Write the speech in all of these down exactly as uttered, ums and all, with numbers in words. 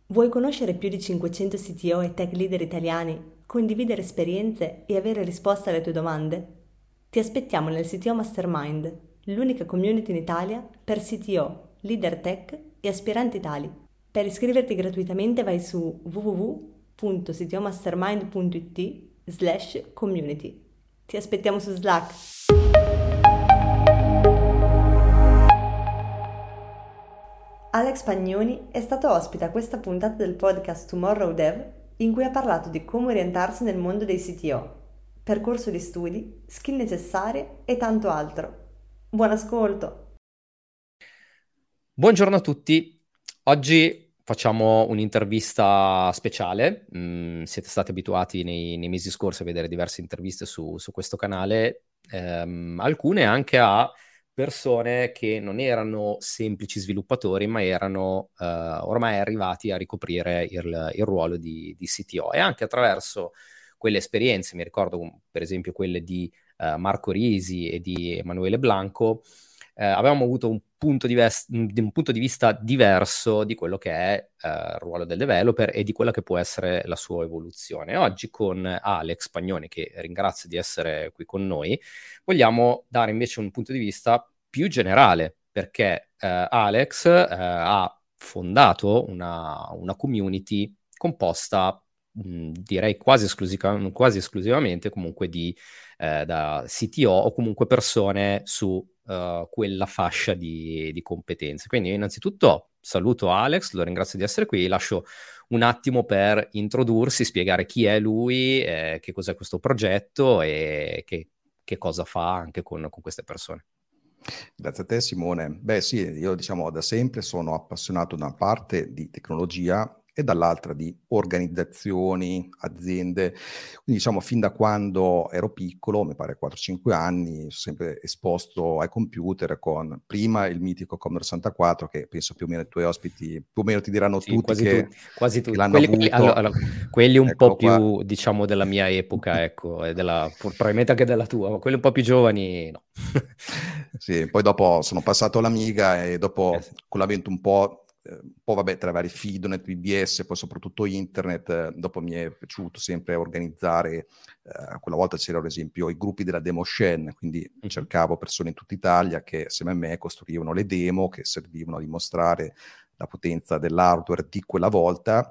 Vuoi conoscere più di cinquecento C T O e tech leader italiani, condividere esperienze e avere risposte alle tue domande? Ti aspettiamo nel C T O Mastermind, l'unica community in Italia per C T O, leader tech e aspiranti tali. Per iscriverti gratuitamente vai su w w w punto c t o mastermind punto i t slash community. Ti aspettiamo su Slack! Alex Pagnoni è stato ospite a questa puntata del podcast Tomorrow Dev in cui ha parlato di come orientarsi nel mondo dei C T O, percorso di studi, skill necessarie e tanto altro. Buon ascolto! Buongiorno a tutti, oggi facciamo un'intervista speciale. Mm, siete stati abituati nei, nei mesi scorsi a vedere diverse interviste su, su questo canale, ehm, alcune anche a persone che non erano semplici sviluppatori, ma erano eh, ormai arrivati a ricoprire il, il ruolo di, di C T O, e anche attraverso quelle esperienze, mi ricordo per esempio quelle di eh, Marco Risi e di Emanuele Blanco, eh, avevamo avuto un punto, di ves- un punto di vista diverso di quello che è eh, il ruolo del developer e di quella che può essere la sua evoluzione. Oggi con Alex Pagnoni, che ringrazio di essere qui con noi, vogliamo dare invece un punto di vista più generale, perché eh, Alex eh, ha fondato una, una community composta, mh, direi quasi, esclusiva, quasi esclusivamente comunque di eh, da C T O o comunque persone su uh, quella fascia di, di competenze. Quindi innanzitutto saluto Alex, lo ringrazio di essere qui, lascio un attimo per introdursi, spiegare chi è lui, eh, che cos'è questo progetto e che, che cosa fa anche con, con queste persone. Grazie a te Simone. Beh sì, io diciamo da sempre sono appassionato da una parte di tecnologia e dall'altra di organizzazioni, aziende. Quindi diciamo fin da quando ero piccolo, mi pare quattro cinque anni, sono sempre esposto ai computer con prima il mitico Commodore sessantaquattro, che penso più o meno i tuoi ospiti più o meno ti diranno Sì, tutti quasi che, tutti, quasi che tutti. l'hanno Quelli, quelli- avuto. allora, quelli un po' Eccolo qua. più, diciamo, della mia epoca, ecco, e della, probabilmente anche della tua, ma quelli un po' più giovani, no. Sì, poi dopo sono passato all'Amiga e dopo Eh sì. con l'avvento un po', eh, un po' vabbè, tra vari Fidonet, B B S, poi soprattutto internet, eh, dopo mi è piaciuto sempre organizzare, eh, quella volta c'erano ad esempio i gruppi della demo Shen, quindi Mhm. cercavo persone in tutta Italia che assieme a me costruivano le demo che servivano a dimostrare la potenza dell'hardware di quella volta,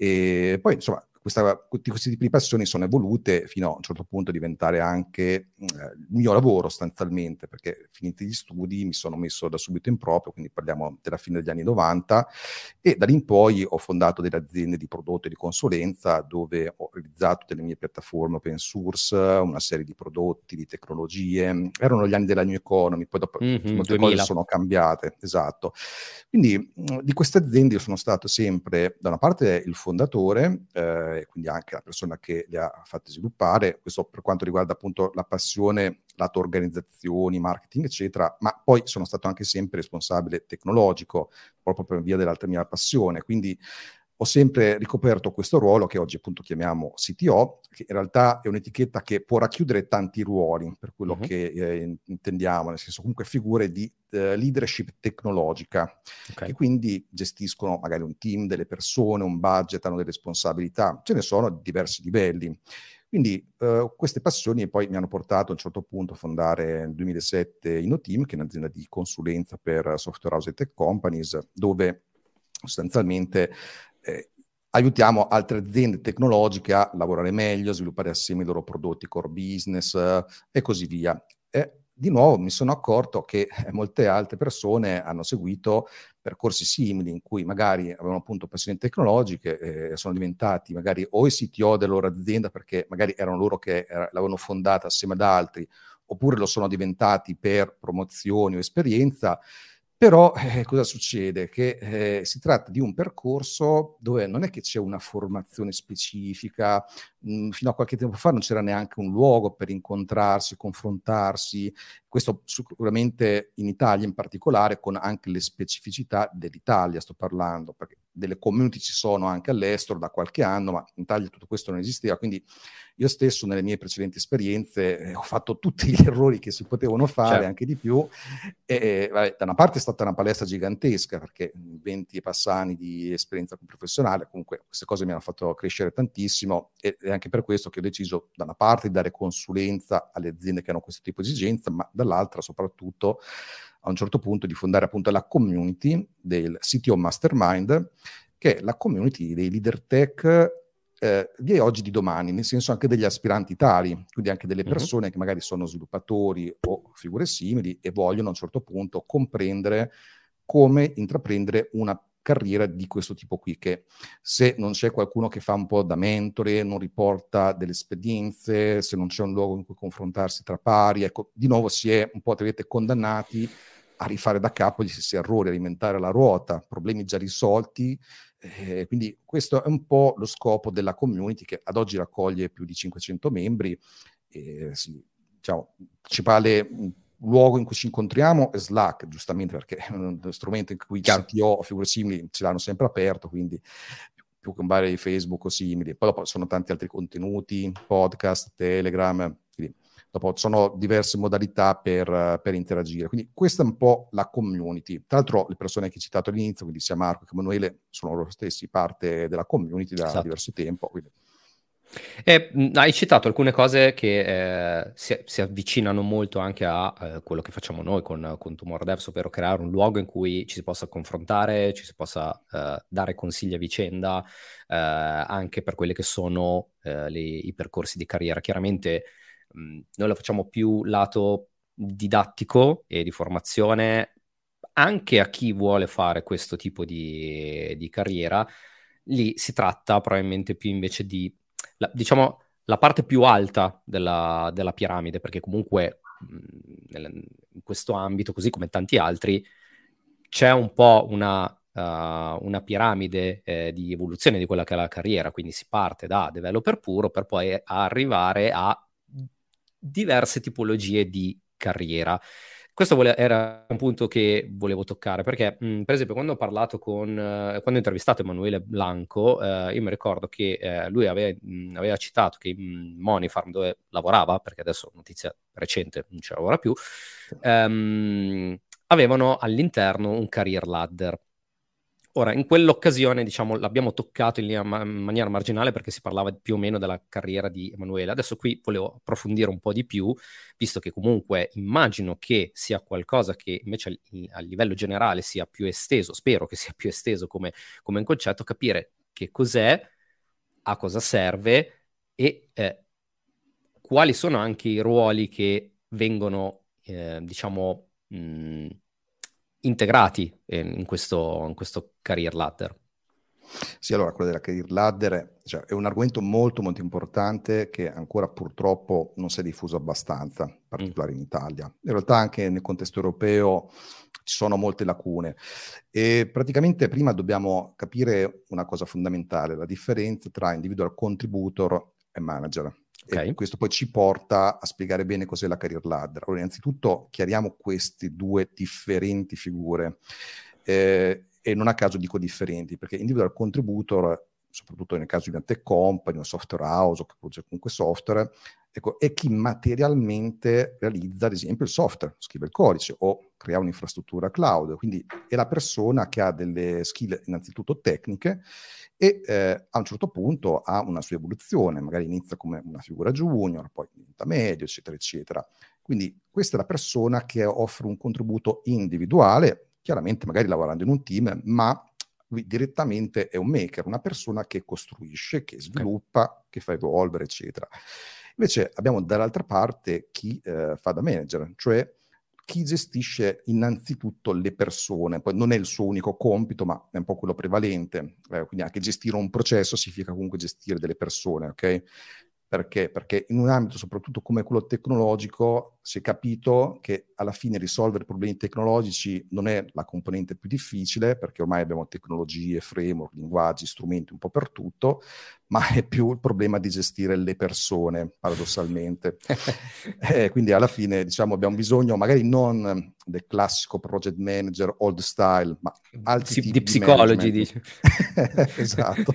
e poi insomma questa, questi tipi di passioni sono evolute fino a un certo punto a diventare anche eh, il mio lavoro sostanzialmente, perché finiti gli studi mi sono messo da subito in proprio, quindi parliamo della fine degli anni novanta, e da lì in poi ho fondato delle aziende di prodotto e di consulenza dove ho realizzato delle mie piattaforme open source, una serie di prodotti, di tecnologie. Erano gli anni della new economy, poi dopo Mhm, molte cose duemila. sono cambiate, esatto. Quindi mh, di queste aziende io sono stato sempre da una parte il fondatore, eh, quindi anche la persona che le ha fatte sviluppare, questo per quanto riguarda appunto la passione, lato organizzazioni, marketing, eccetera, ma poi sono stato anche sempre responsabile tecnologico, proprio per via dell'altra mia passione, quindi ho sempre ricoperto questo ruolo che oggi appunto chiamiamo C T O, che in realtà è un'etichetta che può racchiudere tanti ruoli, per quello Mhm. che eh, intendiamo, nel senso comunque figure di eh, leadership tecnologica, Ok. che quindi gestiscono magari un team, delle persone, un budget, hanno delle responsabilità, ce ne sono di diversi livelli. Quindi eh, queste passioni poi mi hanno portato a un certo punto a fondare nel duemilasette InnoTeam, che è un'azienda di consulenza per software house e tech companies, dove sostanzialmente eh, aiutiamo altre aziende tecnologiche a lavorare meglio, a sviluppare assieme i loro prodotti core business eh, e così via. E di nuovo mi sono accorto che eh, molte altre persone hanno seguito percorsi simili in cui magari avevano appunto passioni tecnologiche e eh, sono diventati magari o i C T O della loro azienda perché magari erano loro che eh, l'avevano fondata assieme ad altri, oppure lo sono diventati per promozioni o esperienza. Però eh, cosa succede? Che eh, si tratta di un percorso dove non è che c'è una formazione specifica, mh, fino a qualche tempo fa non c'era neanche un luogo per incontrarsi, confrontarsi, questo sicuramente in Italia in particolare, con anche le specificità dell'Italia, sto parlando, perché delle community ci sono anche all'estero da qualche anno, ma in Italia tutto questo non esisteva, quindi io stesso nelle mie precedenti esperienze eh, ho fatto tutti gli errori che si potevano fare, certo, anche di più, e, e vabbè, da una parte è stata una palestra gigantesca, perché venti e passani di esperienza professionale, comunque queste cose mi hanno fatto crescere tantissimo, e è anche per questo che ho deciso da una parte di dare consulenza alle aziende che hanno questo tipo di esigenza, ma dall'altra soprattutto a un certo punto di fondare appunto la community del C T O Mastermind, che è la community dei leader tech eh, di oggi, di domani, nel senso anche degli aspiranti tali, quindi anche delle persone mm-hmm. che magari sono sviluppatori o figure simili e vogliono a un certo punto comprendere come intraprendere una carriera di questo tipo qui, che se non c'è qualcuno che fa un po' da mentore, non riporta delle esperienze, se non c'è un luogo in cui confrontarsi tra pari, ecco, di nuovo si è un po', avete condannati a rifare da capo gli stessi errori, alimentare la ruota, problemi già risolti. Eh, quindi questo è un po' lo scopo della community, che ad oggi raccoglie più di cinquecento membri. Eh, sì, diciamo, il principale luogo in cui ci incontriamo è Slack, giustamente, perché è uno strumento in cui Chiaro. C T O o figure simili ce l'hanno sempre aperto, quindi più che un bar di Facebook o simili. Poi dopo sono tanti altri contenuti, podcast, Telegram, quindi dopo sono diverse modalità per, per interagire. Quindi questa è un po' la community. Tra l'altro le persone che hai citato all'inizio, quindi sia Marco che Emanuele, sono loro stessi parte della community da esatto. diverso tempo, quindi. E, mh, hai citato alcune cose che eh, si, si avvicinano molto anche a eh, quello che facciamo noi con, con Tomorrow Devs, ovvero creare un luogo in cui ci si possa confrontare, ci si possa eh, dare consigli a vicenda, eh, anche per quelli che sono eh, le, i percorsi di carriera. Chiaramente mh, noi lo facciamo più lato didattico e di formazione anche a chi vuole fare questo tipo di, di carriera. Lì si tratta probabilmente più invece di La, diciamo la parte più alta della, della piramide, perché comunque mh, nel, in questo ambito, così come tanti altri, c'è un po' una, uh, una piramide eh, di evoluzione di quella che è la carriera, quindi si parte da developer puro per poi arrivare a diverse tipologie di carriera. Questo vole- era un punto che volevo toccare, perché mh, per esempio quando ho parlato con, eh, quando ho intervistato Emanuele Blanco, eh, io mi ricordo che eh, lui aveva, mh, aveva citato che in Moneyfarm, dove lavorava, perché adesso notizia recente non ci lavora più, ehm, avevano all'interno un career ladder. Ora, in quell'occasione, diciamo, l'abbiamo toccato in, linea ma- in maniera marginale perché si parlava più o meno della carriera di Emanuele. Adesso qui volevo approfondire un po' di più, visto che comunque immagino che sia qualcosa che invece a, a livello generale sia più esteso, spero che sia più esteso come, come un concetto, capire che cos'è, a cosa serve e eh, quali sono anche i ruoli che vengono, eh, diciamo, mh, integrati in questo, in questo career ladder. Sì, allora quello della career ladder è, cioè, è un argomento molto molto importante che ancora purtroppo non si è diffuso abbastanza, in particolare mm. in Italia. In realtà anche nel contesto europeo ci sono molte lacune e praticamente prima dobbiamo capire una cosa fondamentale, la differenza tra individual contributor e manager. Okay. E questo poi ci porta a spiegare bene cos'è la career ladder. Allora, innanzitutto chiariamo queste due differenti figure. Eh, e non a caso dico differenti, perché individual contributor, soprattutto nel caso di una tech company, una software house o che produce comunque software, ecco, è chi materialmente realizza, ad esempio, il software, scrive il codice o crea un'infrastruttura cloud. Quindi è la persona che ha delle skill innanzitutto tecniche e eh, a un certo punto ha una sua evoluzione, magari inizia come una figura junior, poi diventa medio, eccetera, eccetera. Quindi questa è la persona che offre un contributo individuale, chiaramente magari lavorando in un team, ma lui direttamente è un maker, una persona che costruisce, che sviluppa, okay. che fa evolvere, eccetera. Invece abbiamo dall'altra parte chi eh, fa da manager, cioè chi gestisce innanzitutto le persone, poi non è il suo unico compito, ma è un po' quello prevalente, eh, quindi anche gestire un processo significa comunque gestire delle persone, ok? Perché? Perché in un ambito soprattutto come quello tecnologico si è capito che alla fine risolvere problemi tecnologici non è la componente più difficile, perché ormai abbiamo tecnologie, framework, linguaggi, strumenti un po' per tutto, ma è più il problema di gestire le persone, paradossalmente. eh, quindi alla fine, diciamo, abbiamo bisogno magari non del classico project manager old style, ma altri Psi- tipi di di psicologi, management. dice. Esatto.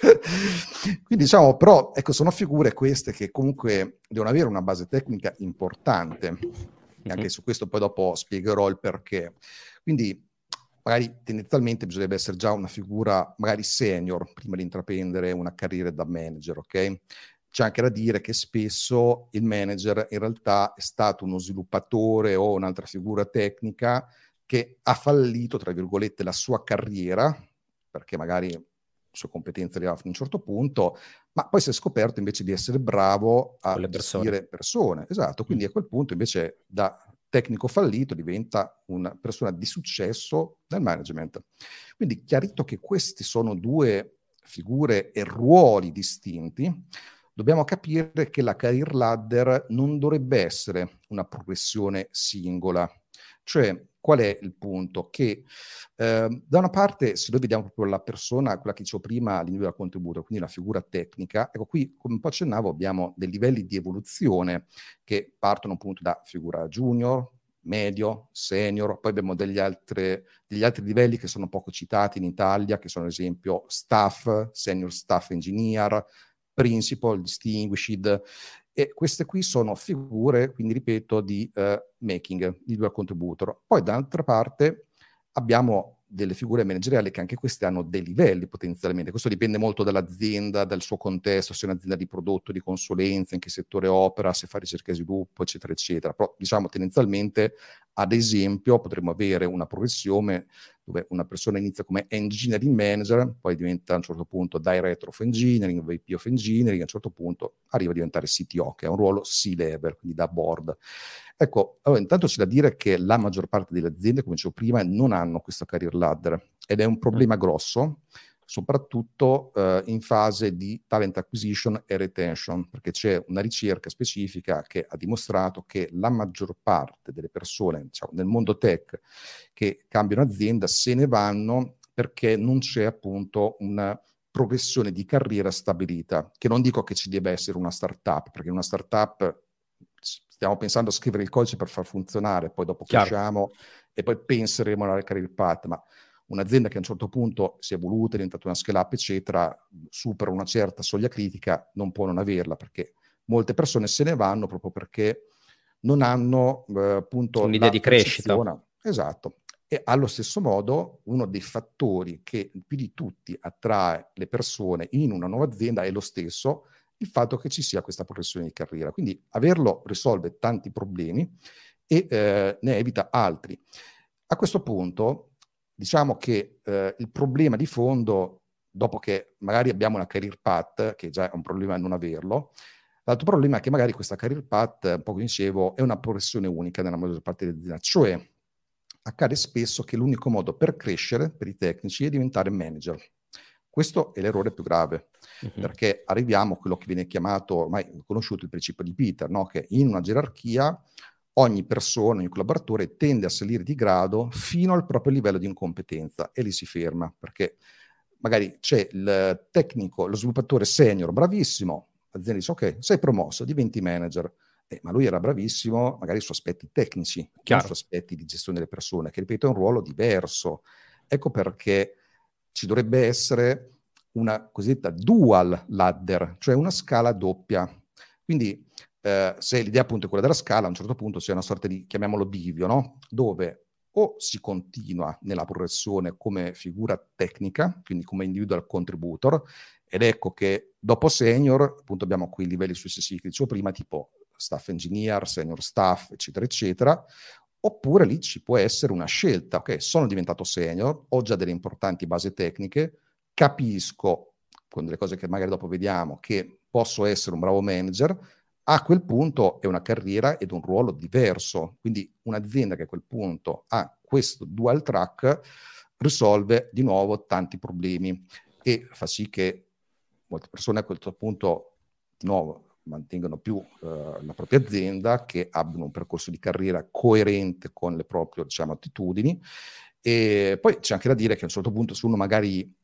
Quindi diciamo, però, ecco, sono figure queste che comunque devono avere una base tecnica importante. E anche su questo poi dopo spiegherò il perché. Quindi magari tendenzialmente bisognerebbe essere già una figura magari senior prima di intraprendere una carriera da manager, ok? C'è anche da dire che spesso il manager in realtà è stato uno sviluppatore o un'altra figura tecnica che ha fallito, tra virgolette, la sua carriera, perché magari le sue competenze arrivavano fino a un certo punto, ma poi si è scoperto invece di essere bravo a Con le persone. gestire persone. Esatto, quindi Mm. a quel punto invece da tecnico fallito diventa una persona di successo nel management. Quindi chiarito che queste sono due figure e ruoli distinti, dobbiamo capire che la career ladder non dovrebbe essere una progressione singola. Cioè, qual è il punto? Che eh, da una parte, se noi vediamo proprio la persona, quella che dicevo prima, l'individual contributor, quindi la figura tecnica, ecco qui, come un po' accennavo, abbiamo dei livelli di evoluzione che partono appunto da figura junior, medio, senior, poi abbiamo degli, altre, degli altri livelli che sono poco citati in Italia, che sono ad esempio staff, senior staff engineer, principal, distinguished, e queste qui sono figure, quindi ripeto, di uh, making, di dual contributor. Poi dall'altra parte abbiamo delle figure manageriali che anche queste hanno dei livelli potenzialmente. Questo dipende molto dall'azienda, dal suo contesto, se è un'azienda di prodotto, di consulenza, in che settore opera, se fa ricerca e sviluppo, eccetera, eccetera. Però diciamo tendenzialmente, ad esempio, potremmo avere una progressione dove una persona inizia come engineering manager, poi diventa a un certo punto director of engineering, V P of engineering, a un certo punto arriva a diventare C T O, che è un ruolo C-level, quindi da board. Ecco, allora intanto c'è da dire che la maggior parte delle aziende, come dicevo prima, non hanno questa career ladder ed è un problema grosso, soprattutto eh, in fase di talent acquisition e retention, perché c'è una ricerca specifica che ha dimostrato che la maggior parte delle persone, diciamo, nel mondo tech che cambiano azienda se ne vanno perché non c'è appunto una progressione di carriera stabilita, che non dico che ci debba essere una startup, perché una startup stiamo pensando a scrivere il codice per far funzionare, poi dopo Chiaro. cresciamo e poi penseremo alla career path, ma un'azienda che a un certo punto si è evoluta, è diventata una scale up, eccetera, supera una certa soglia critica, non può non averla, perché molte persone se ne vanno proprio perché non hanno eh, appunto un'idea la di crescita. Esatto. E allo stesso modo uno dei fattori che più di tutti attrae le persone in una nuova azienda è lo stesso, il fatto che ci sia questa progressione di carriera. Quindi averlo risolve tanti problemi e eh, ne evita altri. A questo punto diciamo che eh, il problema di fondo, dopo che magari abbiamo una career path, che già è un problema non averlo, l'altro problema è che magari questa career path, un po' come dicevo, è una progressione unica nella maggior parte delle aziende, cioè accade spesso che l'unico modo per crescere per i tecnici è diventare manager. Questo è l'errore più grave, uh-huh. perché arriviamo a quello che viene chiamato, ormai conosciuto il principio di Peter, no? Che in una gerarchia ogni persona, ogni collaboratore tende a salire di grado fino al proprio livello di incompetenza e lì si ferma, perché magari c'è il tecnico, lo sviluppatore senior, bravissimo, l'azienda dice ok, sei promosso, diventi manager, eh, ma lui era bravissimo magari su aspetti tecnici, Chiaro. non su aspetti di gestione delle persone, che ripeto è un ruolo diverso. Ecco perché ci dovrebbe essere una cosiddetta dual ladder, cioè una scala doppia. Quindi eh, se l'idea appunto è quella della scala, a un certo punto c'è una sorta di, chiamiamolo bivio, no? Dove o si continua nella progressione come figura tecnica, quindi come individual contributor, ed ecco che dopo senior, appunto abbiamo qui i livelli successivi che dicevo prima, tipo staff engineer, senior staff, eccetera, eccetera, oppure lì ci può essere una scelta, ok, sono diventato senior, ho già delle importanti basi tecniche, capisco, con delle cose che magari dopo vediamo, che posso essere un bravo manager, a quel punto è una carriera ed un ruolo diverso, quindi un'azienda che a quel punto ha questo dual track risolve di nuovo tanti problemi e fa sì che molte persone a quel punto di nuovo mantengano più eh, la propria azienda, che abbiano un percorso di carriera coerente con le proprie, diciamo, attitudini. E poi c'è anche da dire che a un certo punto, se uno magari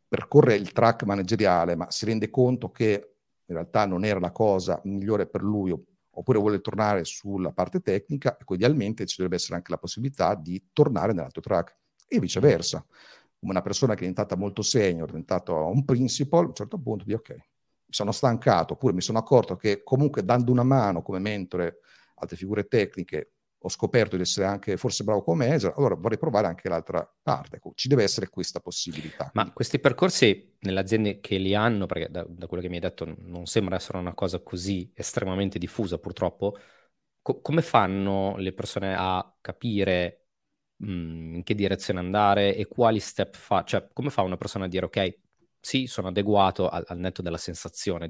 percorre il track manageriale, ma si rende conto che in realtà non era la cosa migliore per lui, oppure vuole tornare sulla parte tecnica, ecco, idealmente ci dovrebbe essere anche la possibilità di tornare nell'altro track, e viceversa. Come una persona che è diventata molto senior, è diventato un principal, a un certo punto di ok, mi sono stancato, oppure mi sono accorto che comunque dando una mano come mentore altre figure tecniche ho scoperto di essere anche forse bravo come manager, allora vorrei provare anche l'altra parte. Ecco, ci deve essere questa possibilità. Ma Quindi, questi percorsi nelle aziende che li hanno, perché da, da quello che mi hai detto non sembra essere una cosa così estremamente diffusa purtroppo, co- come fanno le persone a capire mh, in che direzione andare e quali step fa? Cioè, come fa una persona a dire ok, sì, sono adeguato al, al netto della sensazione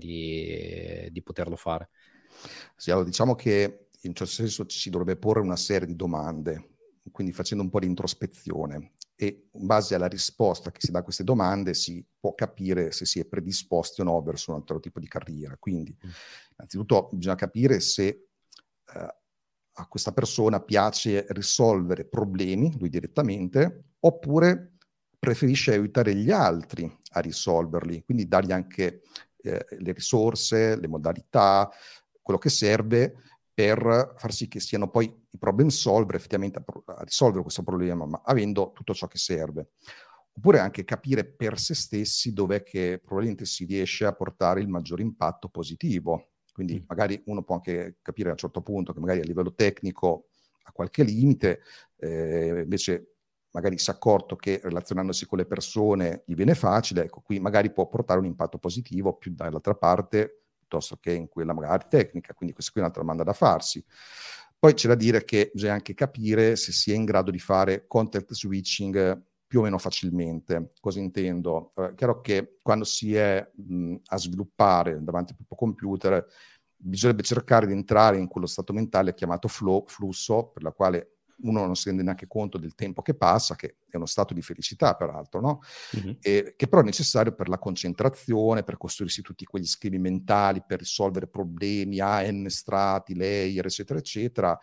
di, di poterlo fare? sì, allora, diciamo che in un certo senso ci si dovrebbe porre una serie di domande, quindi facendo un po' di introspezione, e in base alla risposta che si dà a queste domande si può capire se si è predisposti o no verso un altro tipo di carriera. Quindi mm. innanzitutto bisogna capire se eh, a questa persona piace risolvere problemi, lui direttamente, oppure preferisce aiutare gli altri a risolverli, quindi dargli anche eh, le risorse, le modalità, quello che serve per far sì che siano poi i problem solver effettivamente a, a risolvere questo problema, ma avendo tutto ciò che serve. Oppure anche capire per se stessi dov'è che probabilmente si riesce a portare il maggior impatto positivo. Quindi mm. magari uno può anche capire a un certo punto che magari a livello tecnico ha qualche limite, eh, invece magari si è accorto che relazionandosi con le persone gli viene facile, ecco, qui magari può portare un impatto positivo più dall'altra parte piuttosto che in quella magari tecnica, quindi questa qui è un'altra domanda da farsi. Poi c'è da dire che bisogna anche capire se si è in grado di fare context switching più o meno facilmente. Cosa intendo? È chiaro che quando si è mh, a sviluppare davanti al proprio computer bisognerebbe cercare di entrare in quello stato mentale chiamato flow, flusso, per la quale uno non si rende neanche conto del tempo che passa, che è uno stato di felicità peraltro, no? Mm-hmm. E, che però è necessario per la concentrazione, per costruirsi tutti quegli schemi mentali, per risolvere problemi a n strati, layer, eccetera, eccetera.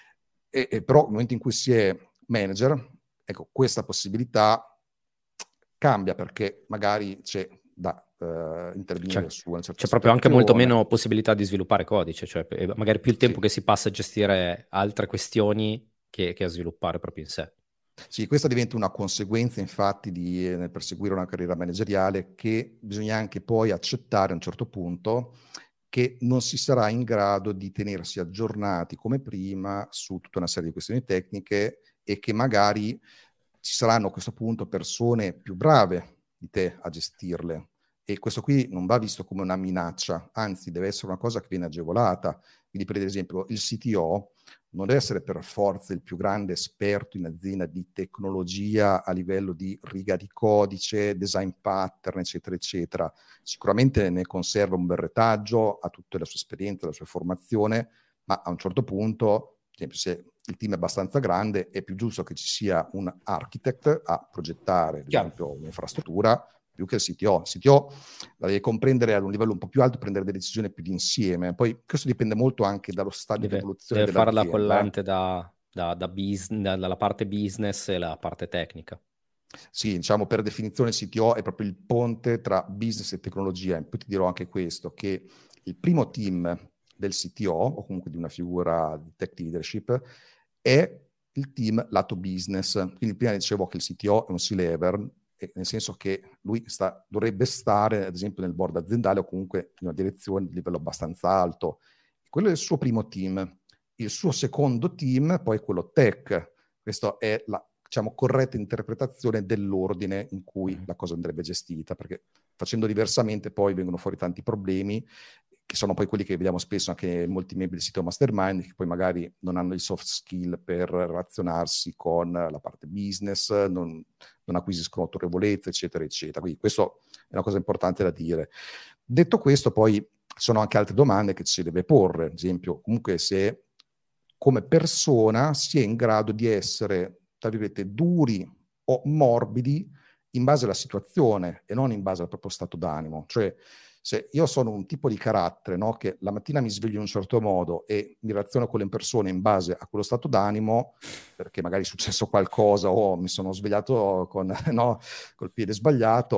E, e però nel momento in cui si è manager, ecco, questa possibilità cambia, perché magari c'è da Uh, intervenire c'è, su una certa c'è proprio anche molto meno possibilità di sviluppare codice, cioè magari più il tempo sì. che si passa a gestire altre questioni che, che a sviluppare proprio in sé. Sì, questa diventa una conseguenza infatti di eh, nel perseguire una carriera manageriale, che bisogna anche poi accettare a un certo punto che non si sarà in grado di tenersi aggiornati come prima su tutta una serie di questioni tecniche, e che magari ci saranno a questo punto persone più brave di te a gestirle. E questo qui non va visto come una minaccia, anzi deve essere una cosa che viene agevolata. Quindi per esempio il C T O non deve essere per forza il più grande esperto in azienda di tecnologia a livello di riga di codice, design pattern, eccetera, eccetera. Sicuramente ne conserva un bel retaggio, ha tutta la sua esperienza, la sua formazione, ma a un certo punto, ad esempio, se il team è abbastanza grande, è più giusto che ci sia un architect a progettare, ad esempio, un'infrastruttura, più che il C T O. Il C T O la deve comprendere ad un livello un po' più alto, prendere delle decisioni più d'insieme. Poi questo dipende molto anche dallo stadio deve, di evoluzione deve fare dell'azienda. Deve fare la collante da, da, da business, da, dalla parte business e la parte tecnica. Sì, diciamo per definizione il C T O è proprio il ponte tra business e tecnologia. E poi ti dirò anche questo, che il primo team del C T O, o comunque di una figura di tech leadership, è il team lato business. Quindi prima dicevo che il C T O è un C-level, nel senso che lui sta, dovrebbe stare, ad esempio, nel board aziendale o comunque in una direzione di livello abbastanza alto. Quello è il suo primo team. Il suo secondo team poi è quello tech. Questa è la, diciamo, corretta interpretazione dell'ordine in cui mm. la cosa andrebbe gestita, perché facendo diversamente poi vengono fuori tanti problemi, che sono poi quelli che vediamo spesso anche in molti membri del sito Mastermind, che poi magari non hanno i soft skill per relazionarsi con la parte business, non, non acquisiscono autorevolezza, eccetera, eccetera. Quindi questo è una cosa importante da dire. Detto questo, poi sono anche altre domande che ci si deve porre, ad esempio, comunque se come persona si è in grado di essere, tra virgolette, duri o morbidi in base alla situazione e non in base al proprio stato d'animo. Cioè, se io sono un tipo di carattere, no, che la mattina mi sveglio in un certo modo e mi relaziono con le persone in base a quello stato d'animo, perché magari è successo qualcosa o mi sono svegliato con, no, col piede sbagliato,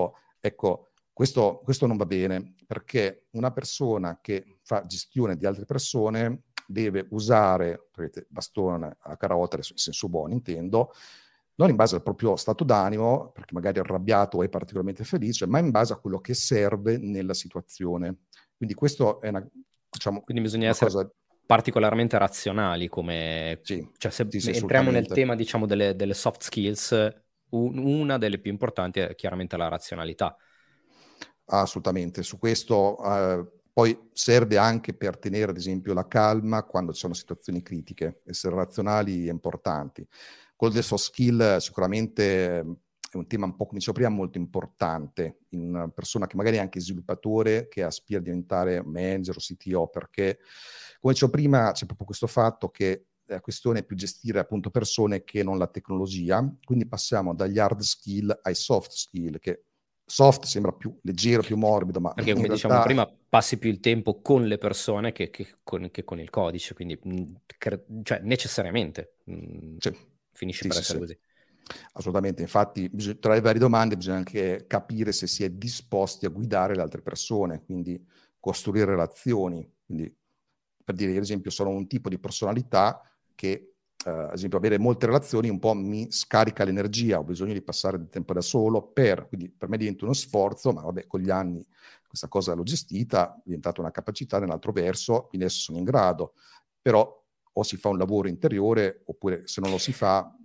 Ecco, questo, questo non va bene, perché una persona che fa gestione di altre persone deve usare, vedete, bastone a carotere, in senso buono intendo, non in base al proprio stato d'animo, perché magari è arrabbiato o è particolarmente felice, ma in base a quello che serve nella situazione. Quindi questo è una, diciamo, Quindi bisogna una essere cosa... particolarmente razionali, come... Sì, cioè se sì, sì, entriamo nel assolutamente. tema, diciamo, delle, delle soft skills, un- una delle più importanti è chiaramente la razionalità. Assolutamente, su questo eh, poi serve anche per tenere ad esempio la calma quando ci sono situazioni critiche, essere razionali è importante. Quello del soft skill sicuramente eh, è un tema un po', come dicevo prima, molto importante in una persona che magari è anche sviluppatore, che aspira a diventare manager o C T O, perché come dicevo prima c'è proprio questo fatto che la questione è più gestire appunto persone che non la tecnologia, quindi passiamo dagli hard skill ai soft skill, che soft sembra più leggero, più morbido, ma Perché, in come diciamo realtà... prima, passi più il tempo con le persone che, che con, che con il codice, quindi mh, cre- cioè, necessariamente mh, Sì, finisce sì, per sì, essere sì. così. Assolutamente, infatti bisog- tra le varie domande bisogna anche capire se si è disposti a guidare le altre persone, quindi costruire relazioni. Quindi, per dire, ad esempio, sono un tipo di personalità che, eh, ad esempio, avere molte relazioni un po' mi scarica l'energia, ho bisogno di passare del tempo da solo, per, quindi per me diventa uno sforzo, ma vabbè, con gli anni questa cosa l'ho gestita, è diventata una capacità nell'altro verso, quindi adesso sono in grado, però o si fa un lavoro interiore, oppure se non lo si fa...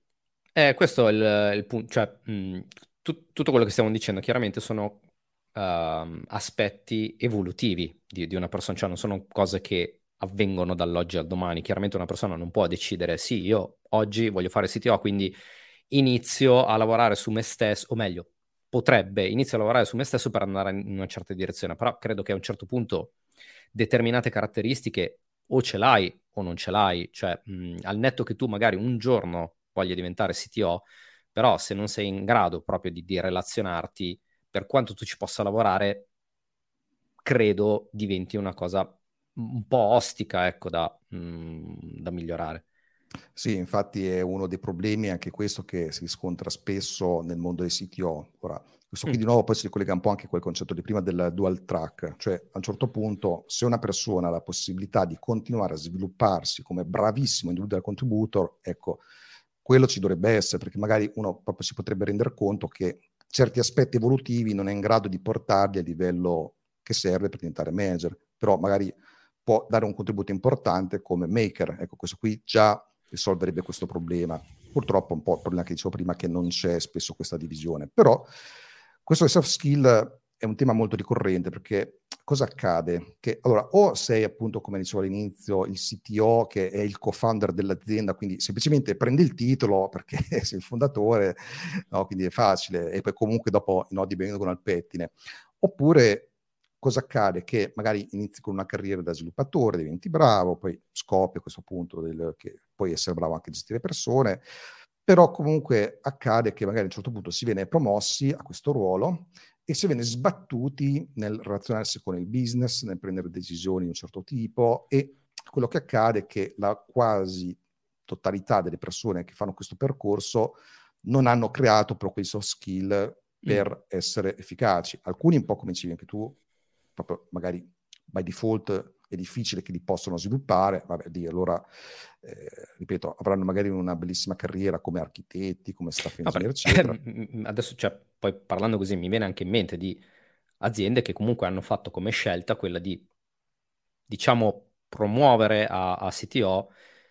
Eh, questo è il, il punto, cioè mh, tu- tutto quello che stiamo dicendo chiaramente sono ehm, aspetti evolutivi di, di una persona, cioè non sono cose che avvengono dall'oggi al domani. Chiaramente una persona non può decidere, sì, io oggi voglio fare C T O, quindi inizio a lavorare su me stesso, o meglio, potrebbe inizio a lavorare su me stesso per andare in una certa direzione, però credo che a un certo punto determinate caratteristiche o ce l'hai o non ce l'hai, cioè mh, al netto che tu magari un giorno voglia diventare C T O, però se non sei in grado proprio di, di relazionarti, per quanto tu ci possa lavorare, credo diventi una cosa un po' ostica, ecco, da, mh, da migliorare. Sì, infatti è uno dei problemi anche questo che si riscontra spesso nel mondo dei C T O. Ora, questo qui Mm. di nuovo poi si ricollega un po' anche a quel concetto di prima del dual track, cioè a un certo punto se una persona ha la possibilità di continuare a svilupparsi come bravissimo individual contributor, ecco, quello ci dovrebbe essere, perché magari uno proprio si potrebbe rendere conto che certi aspetti evolutivi non è in grado di portarli a livello che serve per diventare manager, però magari può dare un contributo importante come maker. Ecco, questo qui già risolverebbe questo problema. Purtroppo un po' il problema che dicevo prima, che non c'è spesso questa divisione. Però questo soft skill è un tema molto ricorrente, perché cosa accade? Che allora o sei appunto, come dicevo all'inizio, il C T O che è il co-founder dell'azienda, quindi semplicemente prendi il titolo perché sei il fondatore, no? Quindi è facile, e poi comunque dopo i nodi vengono al pettine. Oppure cosa accade? Che magari inizi con una carriera da sviluppatore, diventi bravo, poi scopri a questo punto del, che puoi essere bravo anche a gestire persone, però comunque accade che magari a un certo punto si viene promossi a questo ruolo e si viene sbattuti nel relazionarsi con il business, nel prendere decisioni di un certo tipo, e quello che accade è che la quasi totalità delle persone che fanno questo percorso non hanno creato però quei soft skill per mm. essere efficaci. Alcuni, un po' come dicevi anche tu, proprio magari by default è difficile che li possano sviluppare, vabbè, di, allora, eh, ripeto, avranno magari una bellissima carriera come architetti, come staff engineer, eccetera. Adesso, cioè, poi parlando così, mi viene anche in mente di aziende che comunque hanno fatto come scelta quella di, diciamo, promuovere a, a C T O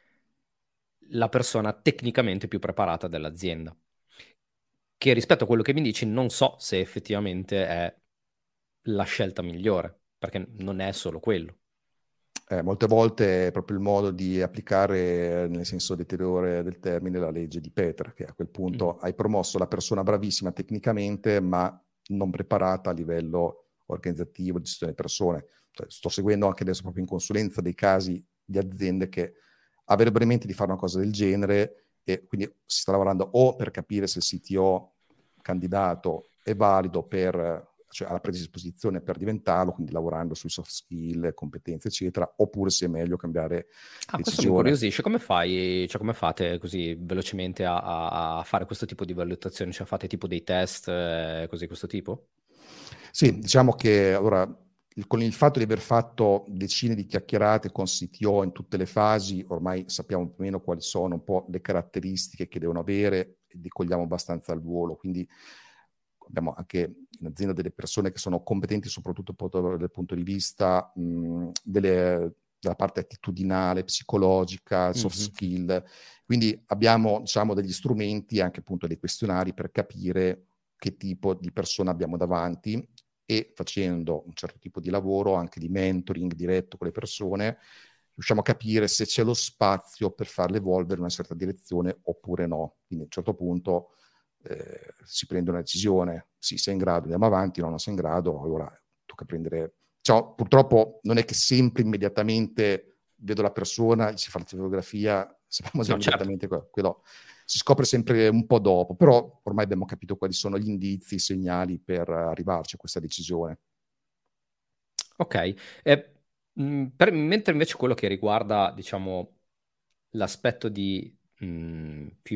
la persona tecnicamente più preparata dell'azienda, che rispetto a quello che mi dici non so se effettivamente è la scelta migliore, perché non è solo quello. Eh, molte volte è proprio il modo di applicare, nel senso deteriore del termine, la legge di Peter, che a quel punto mm. hai promosso la persona bravissima tecnicamente, ma non preparata a livello organizzativo, di gestione delle persone. Cioè, sto seguendo anche adesso proprio in consulenza dei casi di aziende che avrebbero in mente di fare una cosa del genere, e quindi si sta lavorando o per capire se il C T O candidato è valido per... cioè alla predisposizione per diventarlo, quindi lavorando sui soft skill, competenze, eccetera, oppure se è meglio cambiare ah, decisione. Questo mi incuriosisce. Come fai, cioè come fate così velocemente a, a fare questo tipo di valutazione? Cioè fate tipo dei test, eh, così questo tipo? Sì, diciamo che allora il- con il fatto di aver fatto decine di chiacchierate con C T O in tutte le fasi, ormai sappiamo più o meno quali sono un po' le caratteristiche che devono avere e li cogliamo abbastanza al volo. Quindi abbiamo anche in azienda delle persone che sono competenti soprattutto appunto dal punto di vista mh, delle, della parte attitudinale, psicologica, soft Mhm. skill. Quindi abbiamo, diciamo, degli strumenti e anche appunto dei questionari per capire che tipo di persona abbiamo davanti e facendo un certo tipo di lavoro, anche di mentoring diretto con le persone, riusciamo a capire se c'è lo spazio per farle evolvere in una certa direzione oppure no. Quindi a un certo punto eh, si prende una decisione, sì, sei in grado, andiamo avanti, no, non sei in grado, allora tocca prendere... Cioè, purtroppo non è che sempre immediatamente vedo la persona, si fa la fotografia, sappiamo già No, certo. immediatamente quello, quello si scopre sempre un po' dopo, però ormai abbiamo capito quali sono gli indizi, i segnali per arrivarci a questa decisione. Ok. E, mh, per, mentre invece quello che riguarda, diciamo, l'aspetto di mh, più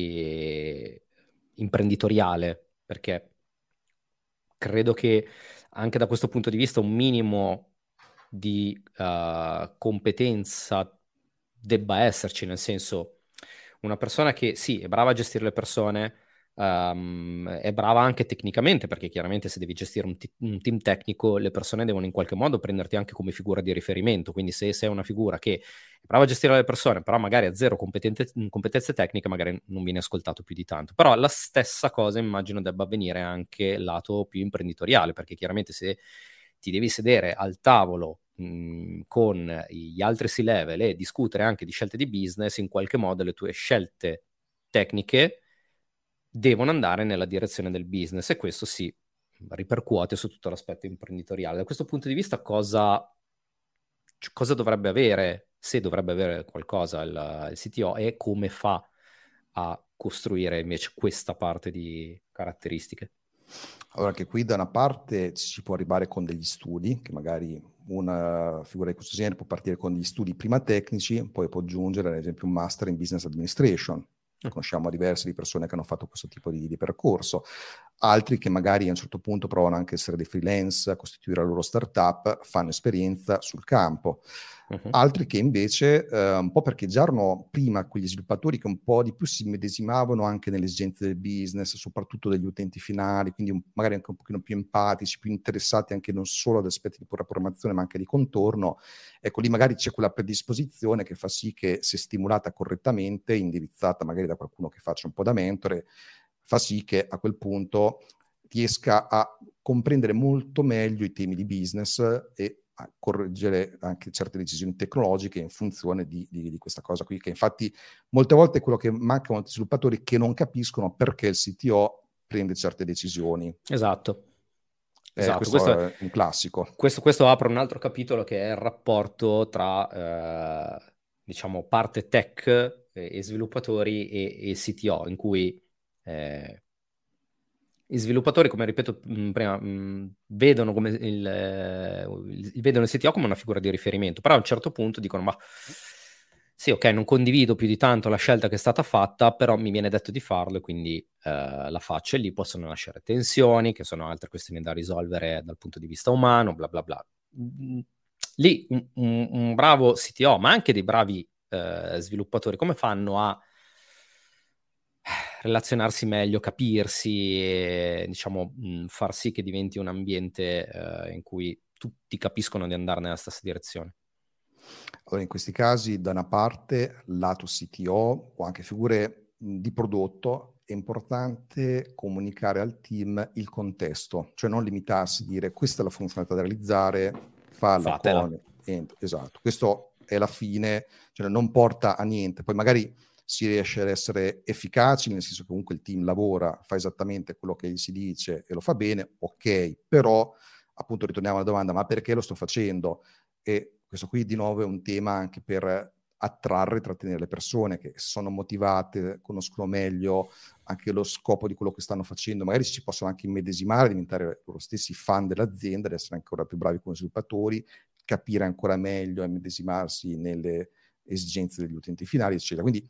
magari imprenditoriale, perché credo che anche da questo punto di vista un minimo di uh, competenza debba esserci, nel senso una persona che sì, è brava a gestire le persone, um, è brava anche tecnicamente, perché chiaramente se devi gestire un, t- un team tecnico, le persone devono in qualche modo prenderti anche come figura di riferimento, quindi se sei una figura che è brava a gestire le persone, però magari ha zero competente- competenze tecniche, magari non viene ascoltato più di tanto. Però la stessa cosa immagino debba avvenire anche lato più imprenditoriale, perché chiaramente se ti devi sedere al tavolo mh, con gli altri C-level e discutere anche di scelte di business, in qualche modo le tue scelte tecniche devono andare nella direzione del business e questo si ripercuote su tutto l'aspetto imprenditoriale. Da questo punto di vista cosa, cosa dovrebbe avere, se dovrebbe avere qualcosa il, il C T O e come fa a costruire invece questa parte di caratteristiche? Allora, che qui da una parte ci si può arrivare con degli studi, che magari una figura di questo genere può partire con degli studi prima tecnici, poi può aggiungere ad esempio un master in business administration. Mm. Conosciamo diverse di persone che hanno fatto questo tipo di, di percorso, altri che magari a un certo punto provano anche a essere dei freelance, a costituire la loro startup, fanno esperienza sul campo. Uh-huh. Altri che invece, eh, un po' perché già erano prima quegli sviluppatori che un po' di più si immedesimavano anche nelle esigenze del business, soprattutto degli utenti finali, quindi un, magari anche un pochino più empatici, più interessati anche non solo ad aspetti di pura programmazione, ma anche di contorno. Ecco, lì magari c'è quella predisposizione che fa sì che, se stimolata correttamente, indirizzata magari da qualcuno che faccia un po' da mentore, fa sì che a quel punto riesca a comprendere molto meglio i temi di business e a correggere anche certe decisioni tecnologiche in funzione di, di, di questa cosa qui, che infatti molte volte è quello che manca a molti sviluppatori, che non capiscono perché il C T O prende certe decisioni. Esatto. Eh, Esatto, questo questo è un classico. Questo, questo apre un altro capitolo che è il rapporto tra, eh, diciamo, parte tech e, e sviluppatori e, e C T O, in cui eh, i sviluppatori, come ripeto mh, prima, mh, vedono, come il, eh, il- vedono il C T O come una figura di riferimento, però a un certo punto dicono, ma sì, ok, non condivido più di tanto la scelta che è stata fatta, però mi viene detto di farlo e quindi eh, la faccio e lì possono nascere tensioni, che sono altre questioni da risolvere dal punto di vista umano, bla bla bla. Mm, Lì un, un- un bravo C T O, ma anche dei bravi eh, sviluppatori, come fanno a relazionarsi meglio, capirsi e diciamo mh, far sì che diventi un ambiente eh, in cui tutti capiscono di andare nella stessa direzione? Allora, in questi casi, da una parte, lato C T O o anche figure mh, di prodotto, è importante comunicare al team il contesto, cioè non limitarsi a dire questa è la funzionalità da realizzare, falla Fatela. con... Ent- esatto, questo è la fine, cioè non porta a niente. Poi magari si riesce ad essere efficaci, nel senso che comunque il team lavora, fa esattamente quello che gli si dice e lo fa bene, ok, però appunto ritorniamo alla domanda, ma perché lo sto facendo? E questo qui di nuovo è un tema anche per attrarre e trattenere le persone che sono motivate, conoscono meglio anche lo scopo di quello che stanno facendo, magari ci possono anche immedesimare, diventare loro stessi fan dell'azienda, ed essere ancora più bravi come sviluppatori, capire ancora meglio e immedesimarsi nelle esigenze degli utenti finali, eccetera. Quindi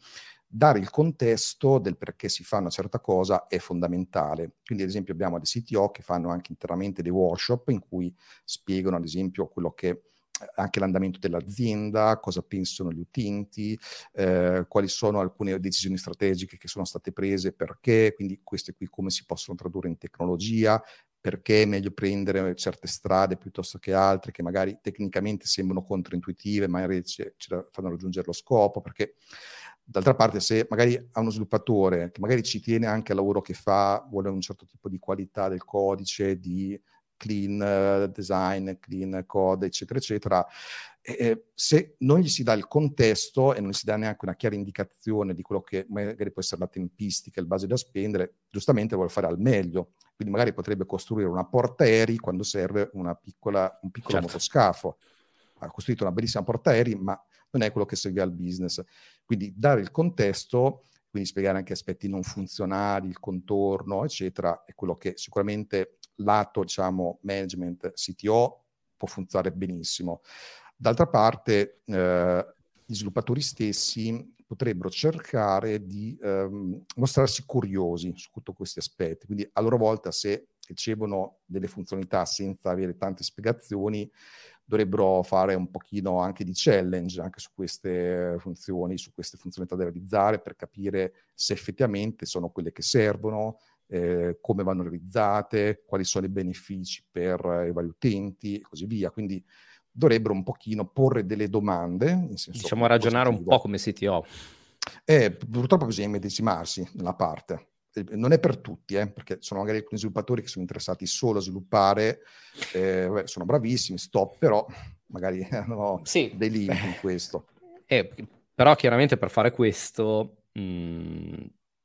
dare il contesto del perché si fa una certa cosa è fondamentale. Quindi ad esempio abbiamo dei C T O che fanno anche internamente dei workshop in cui spiegano ad esempio quello che anche l'andamento dell'azienda, cosa pensano gli utenti, eh, quali sono alcune decisioni strategiche che sono state prese, perché, quindi queste qui come si possono tradurre in tecnologia, perché è meglio prendere certe strade piuttosto che altre che magari tecnicamente sembrano controintuitive ma in realtà ci, ci fanno raggiungere lo scopo, perché d'altra parte se magari ha uno sviluppatore che magari ci tiene anche al lavoro che fa, vuole un certo tipo di qualità del codice, di clean uh, design, clean code, eccetera, eccetera, eh, se non gli si dà il contesto e non gli si dà neanche una chiara indicazione di quello che magari può essere la tempistica, il base da spendere, giustamente vuole fare al meglio. Quindi magari potrebbe costruire una portaerei quando serve una piccola, un piccolo certo. motoscafo. Ha costruito una bellissima portaerei, ma non è quello che serve al business. Quindi dare il contesto, quindi spiegare anche aspetti non funzionali, il contorno, eccetera, è quello che sicuramente lato, diciamo, management C T O può funzionare benissimo. D'altra parte, eh, gli sviluppatori stessi potrebbero cercare di ehm, mostrarsi curiosi su tutti questi aspetti. Quindi a loro volta, se ricevono delle funzionalità senza avere tante spiegazioni, dovrebbero fare un pochino anche di challenge anche su queste funzioni, su queste funzionalità da realizzare, per capire se effettivamente sono quelle che servono, eh, come vanno realizzate, quali sono i benefici per i vari utenti e così via. Quindi dovrebbero un pochino porre delle domande, in senso diciamo ragionare positivo. Un po' come C T O. Eh, purtroppo bisogna medesimarsi nella parte. Non è per tutti, eh, perché sono magari alcuni sviluppatori che sono interessati solo a sviluppare, eh, beh, sono bravissimi, stop, però magari hanno sì. dei limiti in questo. Eh, però chiaramente per fare questo, mh,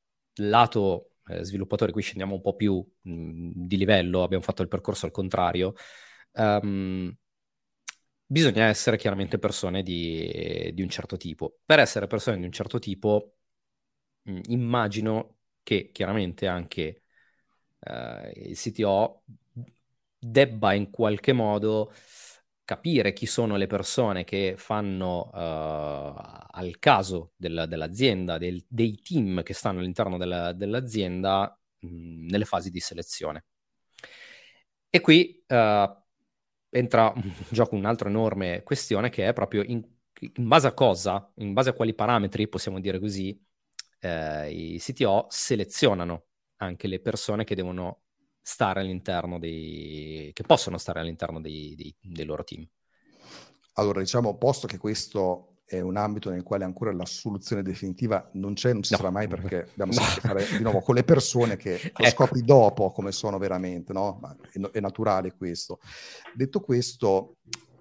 lato eh, sviluppatore, qui scendiamo un po' più mh, di livello, abbiamo fatto il percorso al contrario, um, bisogna essere chiaramente persone di, di un certo tipo. Per essere persone di un certo tipo, mh, immagino che chiaramente anche uh, il C T O debba in qualche modo capire chi sono le persone che fanno uh, al caso del, dell'azienda, del, dei team che stanno all'interno della, dell'azienda mh, nelle fasi di selezione. E qui uh, entra in gioco un'altra enorme questione, che è proprio in, in base a cosa, in base a quali parametri, possiamo dire così, eh, i C T O selezionano anche le persone che devono stare all'interno dei, che possono stare all'interno dei, dei, dei loro team. Allora, diciamo, posto che questo è un ambito nel quale ancora la soluzione definitiva non c'è, non ci no. sarà mai, perché abbiamo sempre no. a che fare di nuovo con le persone che lo ecco. scopri dopo come sono veramente, no? Ma è, è naturale questo. Detto questo,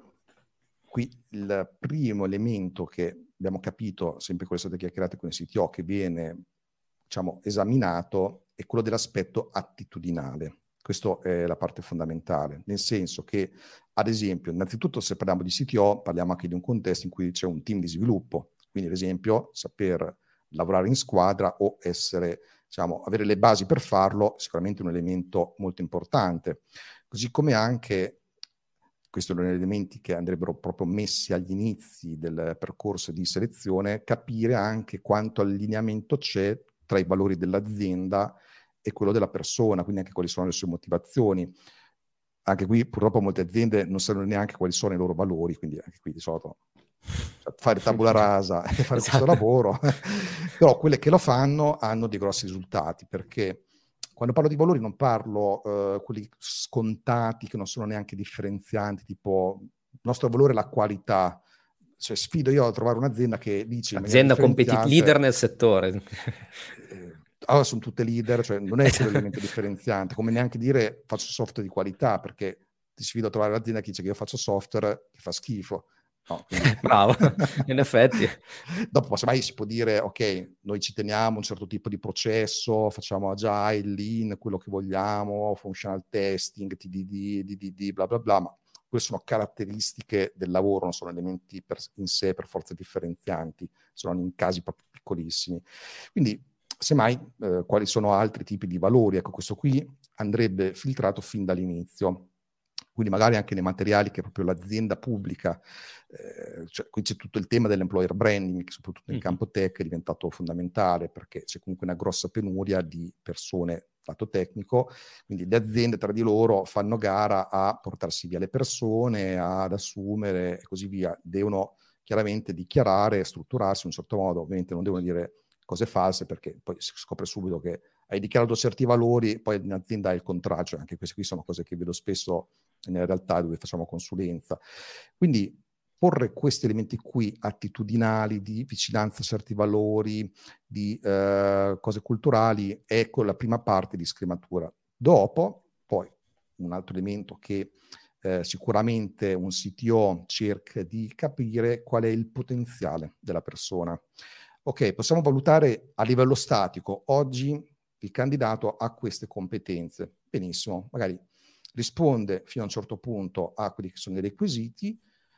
qui il primo elemento che abbiamo capito, sempre con le state chiacchierate con il C T O, che viene, diciamo, esaminato, è quello dell'aspetto attitudinale. Questa è la parte fondamentale, nel senso che, ad esempio, innanzitutto se parliamo di C T O, parliamo anche di un contesto in cui c'è un team di sviluppo, quindi ad esempio saper lavorare in squadra o essere, diciamo, avere le basi per farlo, sicuramente è un elemento molto importante. Così come anche, questi sono gli elementi che andrebbero proprio messi agli inizi del percorso di selezione, capire anche quanto allineamento c'è tra i valori dell'azienda e quello della persona, quindi anche quali sono le sue motivazioni. Anche qui purtroppo molte aziende non sanno neanche quali sono i loro valori, quindi anche qui di solito cioè, fare tabula rasa e fare esatto. questo lavoro, però quelle che lo fanno hanno dei grossi risultati, perché quando parlo di valori non parlo uh, quelli scontati che non sono neanche differenzianti, tipo il nostro valore è la qualità. Cioè, sfido io a trovare un'azienda che dice azienda competitiva, leader nel settore. Eh, allora sono tutte leader, cioè non è l'elemento differenziante, come neanche dire faccio software di qualità, perché ti sfido a trovare l'azienda che dice che io faccio software che fa schifo. No, quindi... Bravo, in effetti. Dopo semmai si può dire, ok, noi ci teniamo un certo tipo di processo, facciamo agile, lean, quello che vogliamo, functional testing, T D D, D D D, bla bla bla, ma queste sono caratteristiche del lavoro, non sono elementi per, in sé per forza differenzianti, sono in casi proprio piccolissimi. Quindi, semmai, eh, quali sono altri tipi di valori? Ecco, questo qui andrebbe filtrato fin dall'inizio. quindi magari anche nei materiali che proprio l'azienda pubblica. Eh, cioè, qui c'è tutto il tema dell'employer branding, che soprattutto nel Mhm. campo tech è diventato fondamentale, perché c'è comunque una grossa penuria di persone lato tecnico, quindi le aziende tra di loro fanno gara a portarsi via le persone, ad assumere e così via. Devono chiaramente dichiarare, strutturarsi in un certo modo, ovviamente non devono dire cose false, perché poi si scopre subito che hai dichiarato certi valori, poi in azienda è il contrario. Anche queste qui sono cose che vedo spesso nella realtà dove facciamo consulenza. Quindi porre questi elementi qui attitudinali, di vicinanza a certi valori, di eh, cose culturali, ecco la prima parte di scrematura. Dopo, poi, un altro elemento che eh, sicuramente un C T O cerca di capire qual è il potenziale della persona. Ok, possiamo valutare a livello statico. Oggi il candidato ha queste competenze. Benissimo, magari risponde fino a un certo punto a quelli che sono i requisiti,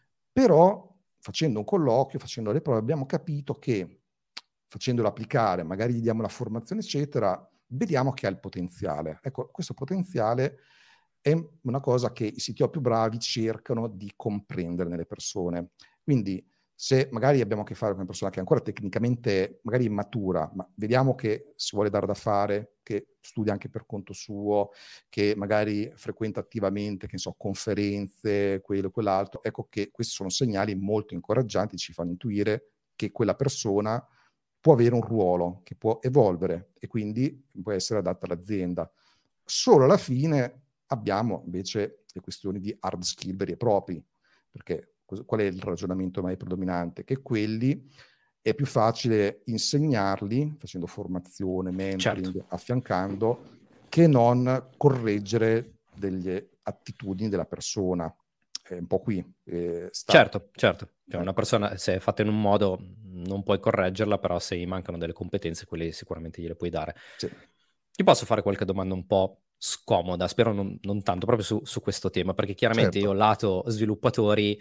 però facendo un colloquio, facendo le prove, abbiamo capito che facendolo applicare, magari gli diamo la formazione, eccetera, vediamo che ha il potenziale. Ecco, questo potenziale è una cosa che i C T O più bravi cercano di comprendere nelle persone. Quindi se magari abbiamo a che fare con una persona che è ancora tecnicamente magari immatura, ma vediamo che si vuole dare da fare, che studia anche per conto suo, che magari frequenta attivamente, che ne so, conferenze, quello e quell'altro, ecco che questi sono segnali molto incoraggianti, ci fanno intuire che quella persona può avere un ruolo, che può evolvere e quindi può essere adatta all'azienda. Solo alla fine abbiamo invece le questioni di hard skill veri e propri, perché qual è il ragionamento mai predominante? Che quelli è più facile insegnarli facendo formazione, mentoring, Certo. affiancando, che non correggere delle attitudini della persona. È un po' qui. Eh, sta. Certo, certo. Cioè, Eh. una persona, se è fatta in un modo, non puoi correggerla, però se gli mancano delle competenze, quelle sicuramente gliele puoi dare. Sì. Ti posso fare qualche domanda un po' scomoda, spero non, non tanto, proprio su, su questo tema, perché chiaramente Certo. io lato sviluppatori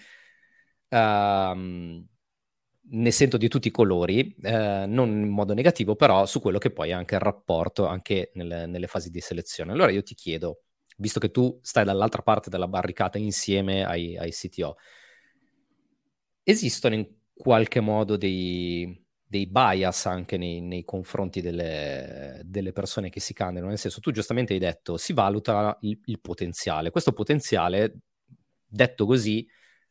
ehm, ne sento di tutti i colori, eh, non in modo negativo, però su quello che poi è anche il rapporto, anche nelle, nelle fasi di selezione. Allora io ti chiedo, visto che tu stai dall'altra parte della barricata insieme ai, ai C T O, esistono in qualche modo dei, dei bias anche nei, nei confronti delle, delle persone che si candidano? Nel senso, tu giustamente hai detto, si valuta il, il potenziale. Questo potenziale, detto così,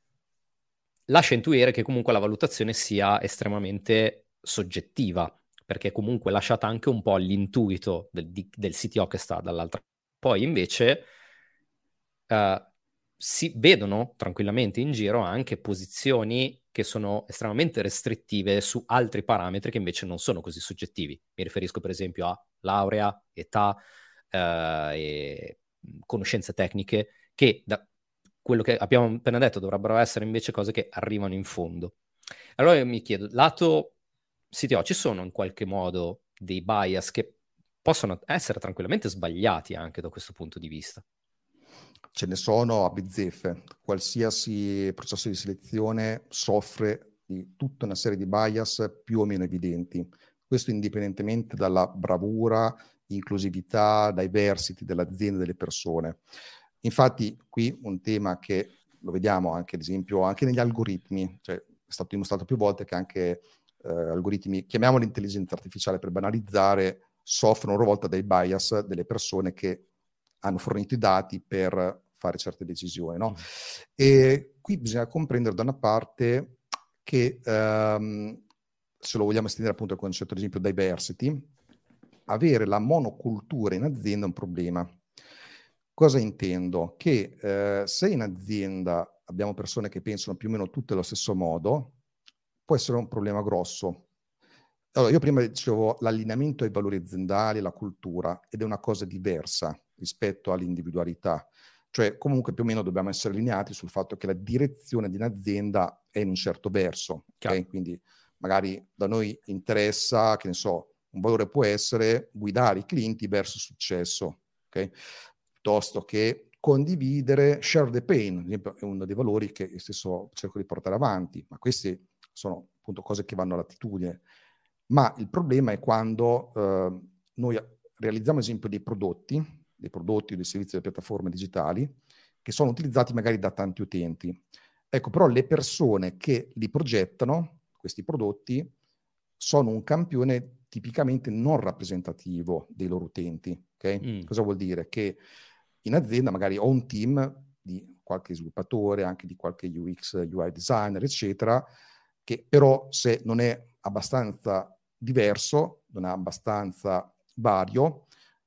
lascia intuire che comunque la valutazione sia estremamente soggettiva, perché è comunque lasciata anche un po' all'intuito del, di, del C T O che sta dall'altra. Poi invece uh, si vedono tranquillamente in giro anche posizioni che sono estremamente restrittive su altri parametri che invece non sono così soggettivi. Mi riferisco per esempio a laurea, età uh, e conoscenze tecniche che da quello che abbiamo appena detto dovrebbero essere invece cose che arrivano in fondo. Allora io mi chiedo, lato C T O, ci sono in qualche modo dei bias che possono essere tranquillamente sbagliati anche da questo punto di vista? Ce ne sono a bizzeffe. Qualsiasi processo di selezione soffre di tutta una serie di bias più o meno evidenti. Questo indipendentemente dalla bravura, inclusività, diversity dell'azienda e delle persone. Infatti qui un tema che lo vediamo anche ad esempio anche negli algoritmi, cioè è stato dimostrato più volte che anche eh, algoritmi, chiamiamoli intelligenza artificiale per banalizzare, soffrono a loro volta dei bias delle persone che hanno fornito i dati per fare certe decisioni, no? Mm. E qui bisogna comprendere da una parte che ehm, se lo vogliamo estendere appunto al concetto ad esempio diversity, avere la monocultura in azienda è un problema. Cosa intendo? Che eh, se in azienda abbiamo persone che pensano più o meno tutte allo stesso modo, può essere un problema grosso. Allora, io prima dicevo l'allineamento ai valori aziendali, la cultura, ed è una cosa diversa rispetto all'individualità. Cioè, comunque più o meno dobbiamo essere allineati sul fatto che la direzione di un'azienda è in un certo verso. Okay? Quindi magari da noi interessa, che ne so, un valore può essere guidare i clienti verso il successo, okay? Piuttosto che condividere, share the pain, ad esempio, è uno dei valori che io stesso cerco di portare avanti, ma queste sono appunto cose che vanno all'attitudine. Ma il problema è quando eh, noi realizziamo ad esempio dei prodotti, dei prodotti o dei servizi delle piattaforme digitali, che sono utilizzati magari da tanti utenti. Ecco, però le persone che li progettano, questi prodotti, sono un campione tipicamente non rappresentativo dei loro utenti. Okay? Mm. Cosa vuol dire? Che in azienda magari ho un team di qualche sviluppatore, anche di qualche U X, U I designer, eccetera, che però se non è abbastanza diverso, non è abbastanza vario,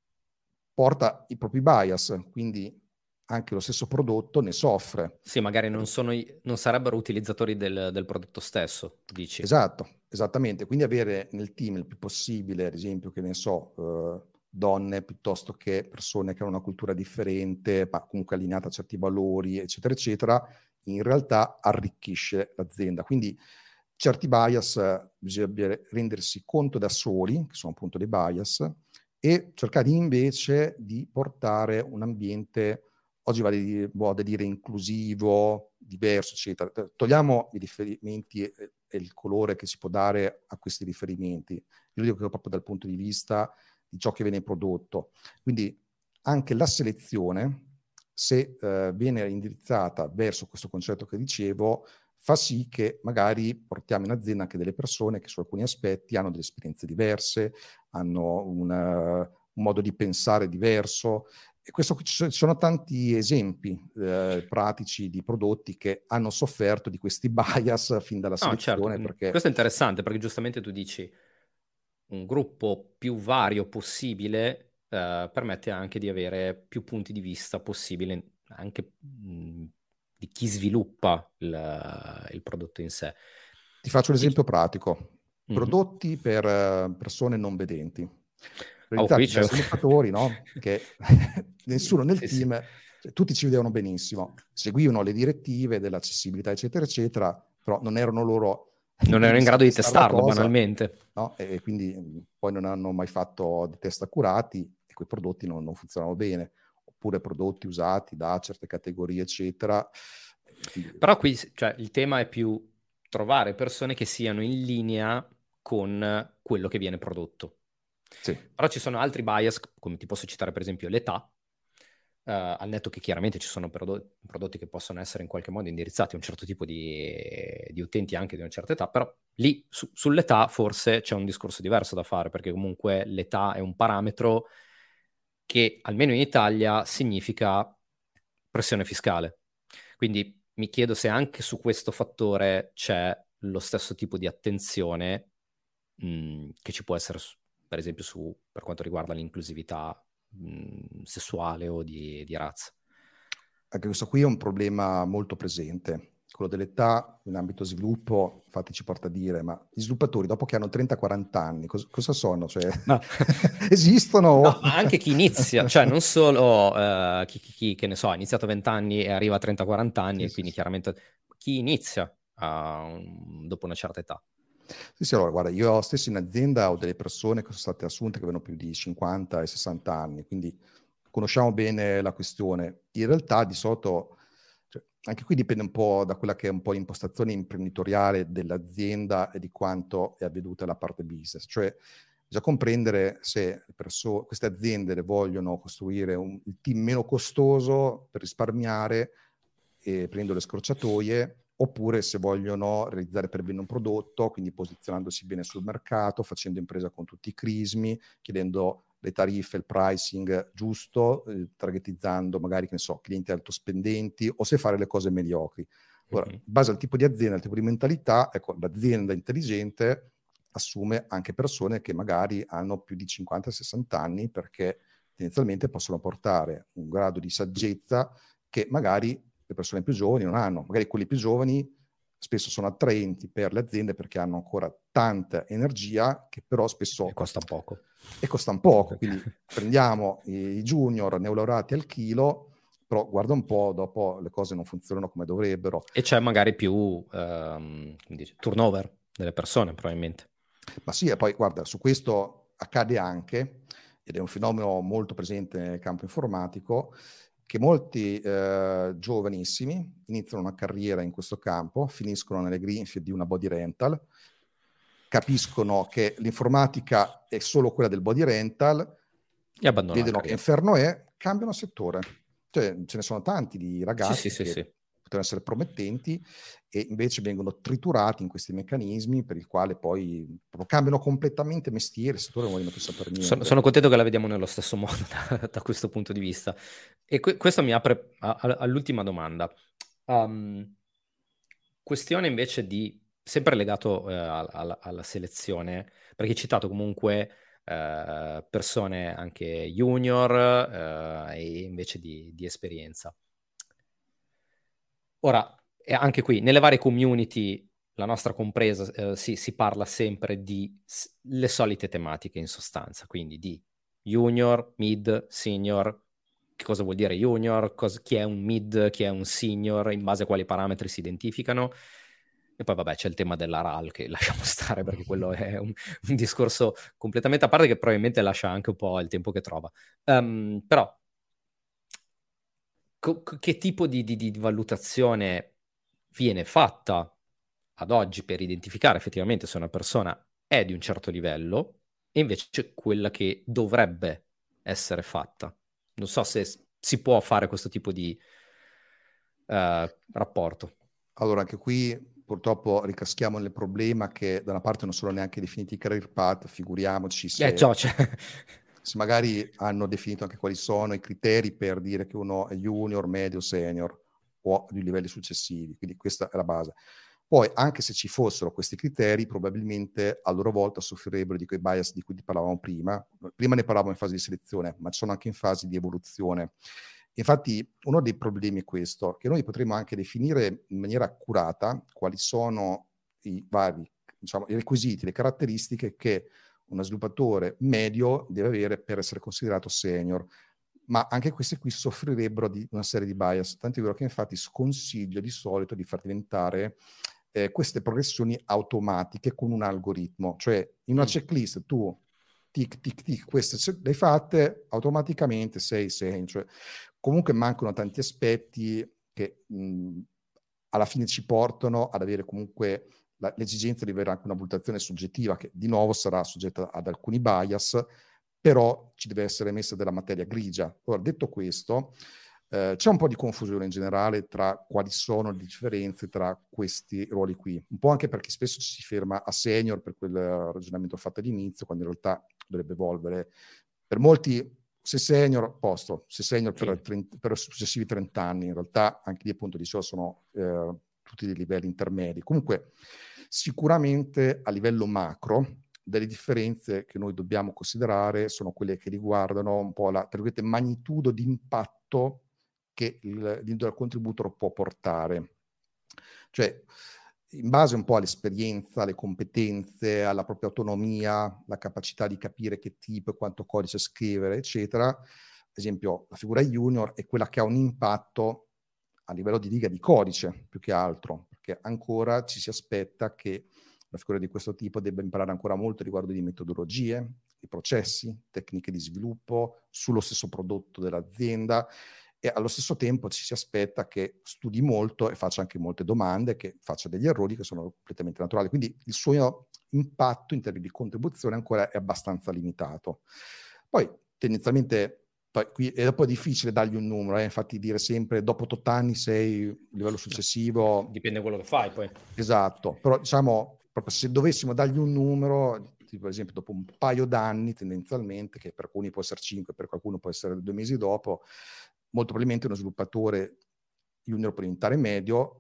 porta i propri bias, quindi anche lo stesso prodotto ne soffre. Sì, magari non, sono, non sarebbero utilizzatori del, del prodotto stesso, dici. Esatto, esattamente. Quindi avere nel team il più possibile, ad esempio, che ne so, eh, donne piuttosto che persone che hanno una cultura differente, ma comunque allineata a certi valori, eccetera, eccetera, in realtà arricchisce l'azienda. Quindi certi bias eh, bisogna rendersi conto da soli, che sono appunto dei bias, e cercare invece di portare un ambiente, oggi vale di moda dire inclusivo, diverso, eccetera. Togliamo i riferimenti e, e il colore che si può dare a questi riferimenti. Io lo dico proprio dal punto di vista di ciò che viene prodotto. Quindi anche la selezione, se eh, viene indirizzata verso questo concetto che dicevo, fa sì che magari portiamo in azienda anche delle persone che su alcuni aspetti hanno delle esperienze diverse, hanno una, un modo di pensare diverso. E questo, ci sono tanti esempi eh, pratici di prodotti che hanno sofferto di questi bias fin dalla selezione. No, certo. Perché... Questo è interessante perché giustamente tu dici un gruppo più vario possibile eh, permette anche di avere più punti di vista possibile anche mh, di chi sviluppa il, il prodotto in sé. Ti faccio un esempio pratico. Mm-hmm. Prodotti per uh, persone non vedenti. Oh, qui c'è... sviluppatori, no? Che nessuno nel sì, team, sì. Cioè, tutti ci vedevano benissimo, seguivano le direttive dell'accessibilità, eccetera, eccetera, però non erano loro... Non erano in grado di testarlo, cosa, banalmente. No? E quindi poi non hanno mai fatto dei test accurati e quei prodotti non, non funzionano bene. Oppure prodotti usati da certe categorie, eccetera. Quindi... Però qui cioè, il tema è più trovare persone che siano in linea con quello che viene prodotto. Sì. Però ci sono altri bias, come ti posso citare per esempio l'età, uh, al netto che chiaramente ci sono prodotti, prodotti che possono essere in qualche modo indirizzati a un certo tipo di, di utenti anche di una certa età, però lì su, sull'età forse c'è un discorso diverso da fare, perché comunque l'età è un parametro che almeno in Italia significa pressione fiscale. Quindi mi chiedo se anche su questo fattore c'è lo stesso tipo di attenzione mh, che ci può essere su, per esempio su, per quanto riguarda l'inclusività mh, sessuale o di, di razza. Anche questo qui è un problema molto presente. Quello dell'età in ambito sviluppo, infatti ci porta a dire, ma gli sviluppatori dopo che hanno trenta quaranta anni, cosa, cosa sono? Cioè, no. esistono? No, ma anche chi inizia, cioè non solo uh, chi, chi, chi, che ne so, ha iniziato a venti anni e arriva a trenta quaranta anni, sì, e quindi sì, chiaramente chi inizia uh, dopo una certa età. Sì, sì, allora, guarda, io stesso in azienda ho delle persone che sono state assunte che avevano più di cinquanta e sessanta anni, quindi conosciamo bene la questione. In realtà di solito, cioè, anche qui dipende un po' da quella che è un po' l'impostazione imprenditoriale dell'azienda e di quanto è avveduta la parte business. Cioè, bisogna comprendere se le perso- queste aziende le vogliono costruire un, il team meno costoso per risparmiare e prendendo le scorciatoie, oppure se vogliono realizzare per bene un prodotto, quindi posizionandosi bene sul mercato, facendo impresa con tutti i crismi, chiedendo le tariffe, il pricing giusto, eh, targetizzando magari, che ne so, clienti altospendenti, o se fare le cose mediocri. Allora, in base al tipo di azienda, al tipo di mentalità, ecco, l'azienda intelligente assume anche persone che magari hanno più di cinquanta sessanta anni, perché tendenzialmente possono portare un grado di saggezza che magari le persone più giovani non hanno. Magari quelli più giovani spesso sono attraenti per le aziende perché hanno ancora tanta energia che però spesso... E costa poco. E costa poco, quindi prendiamo i junior neolaureati al chilo, però guarda un po', dopo le cose non funzionano come dovrebbero. E c'è magari più um, come dice, turnover delle persone, probabilmente. Ma sì, e poi guarda, su questo accade anche, ed è un fenomeno molto presente nel campo informatico, che molti eh, giovanissimi iniziano una carriera in questo campo, finiscono nelle greenfield di una body rental, capiscono che l'informatica è solo quella del body rental, e abbandonano vedono che inferno è, cambiano settore. Cioè, ce ne sono tanti di ragazzi sì, sì, che sì, sì. potrebbero essere promettenti e invece vengono triturati in questi meccanismi per il quale poi proprio cambiano completamente mestiere, settore, non vogliono più sapere Sono, niente. sono contento che la vediamo nello stesso modo da, da questo punto di vista. E que- questo mi apre a- a- all'ultima domanda. Um, questione invece di, sempre legato eh, al- alla, alla selezione, perché hai citato comunque eh, persone anche junior eh, e invece di, di esperienza. Ora, e anche qui, nelle varie community, la nostra compresa, eh, si, si parla sempre di s- le solite tematiche in sostanza, quindi di junior, mid, senior. Che cosa vuol dire junior? Cos- chi è un mid, chi è un senior, in base a quali parametri si identificano. E poi vabbè c'è il tema della R A L che lasciamo stare perché quello è un, un discorso completamente a parte che probabilmente lascia anche un po' il tempo che trova. Um, però co- che tipo di, di- di valutazione viene fatta ad oggi per identificare effettivamente se una persona è di un certo livello e invece quella che dovrebbe essere fatta? Non so se s- si può fare questo tipo di eh, rapporto. Allora, anche qui purtroppo ricaschiamo nel problema che da una parte non sono neanche definiti i career path, figuriamoci Eh, se, ciò, cioè, se magari hanno definito anche quali sono i criteri per dire che uno è junior, medio, senior o di livelli successivi. Quindi questa è la base. Poi, anche se ci fossero questi criteri, probabilmente a loro volta soffrirebbero di quei bias di cui parlavamo prima. Prima ne parlavamo in fase di selezione, ma sono anche in fase di evoluzione. Infatti, uno dei problemi è questo, che noi potremmo anche definire in maniera accurata quali sono i vari, diciamo, i requisiti, le caratteristiche che uno sviluppatore medio deve avere per essere considerato senior. Ma anche questi qui soffrirebbero di una serie di bias, tanto è vero che infatti sconsiglio di solito di far diventare eh, queste progressioni automatiche con un algoritmo, cioè in una Mm. checklist tu tic tic tic, queste se le hai fatte automaticamente sei senior, cioè comunque mancano tanti aspetti che mh, alla fine ci portano ad avere comunque la, l'esigenza di avere anche una valutazione soggettiva che di nuovo sarà soggetta ad alcuni bias, però ci deve essere messa della materia grigia. Ora, detto questo, eh, c'è un po' di confusione in generale tra quali sono le differenze tra questi ruoli qui, un po' anche perché spesso ci si ferma a senior per quel ragionamento fatto all'inizio, quando in realtà dovrebbe evolvere. Per molti, se senior, posto, se senior per, Sì. trenta, per successivi trenta anni, in realtà anche lì appunto dicevo sono eh, tutti dei livelli intermedi. Comunque, sicuramente a livello macro, delle differenze che noi dobbiamo considerare sono quelle che riguardano un po' la, tra virgolette, magnitudo di impatto che il, l'individual contributor può portare. Cioè, in base un po' all'esperienza, alle competenze, alla propria autonomia, la capacità di capire che tipo e quanto codice scrivere, eccetera. Ad esempio, la figura junior è quella che ha un impatto a livello di riga di codice, più che altro, perché ancora ci si aspetta che una figura di questo tipo debba imparare ancora molto riguardo di metodologie, di processi, tecniche di sviluppo, sullo stesso prodotto dell'azienda, e allo stesso tempo ci si aspetta che studi molto e faccia anche molte domande, che faccia degli errori che sono completamente naturali. Quindi il suo impatto in termini di contribuzione ancora è abbastanza limitato. Poi tendenzialmente poi, qui è poi difficile dargli un numero, eh? Infatti dire sempre dopo otto anni sei a livello successivo. Dipende da quello che fai poi. Esatto, però diciamo proprio se dovessimo dargli un numero, tipo per esempio dopo un paio d'anni tendenzialmente, che per alcuni può essere cinque, per qualcuno può essere due mesi dopo, molto probabilmente uno sviluppatore junior può diventare medio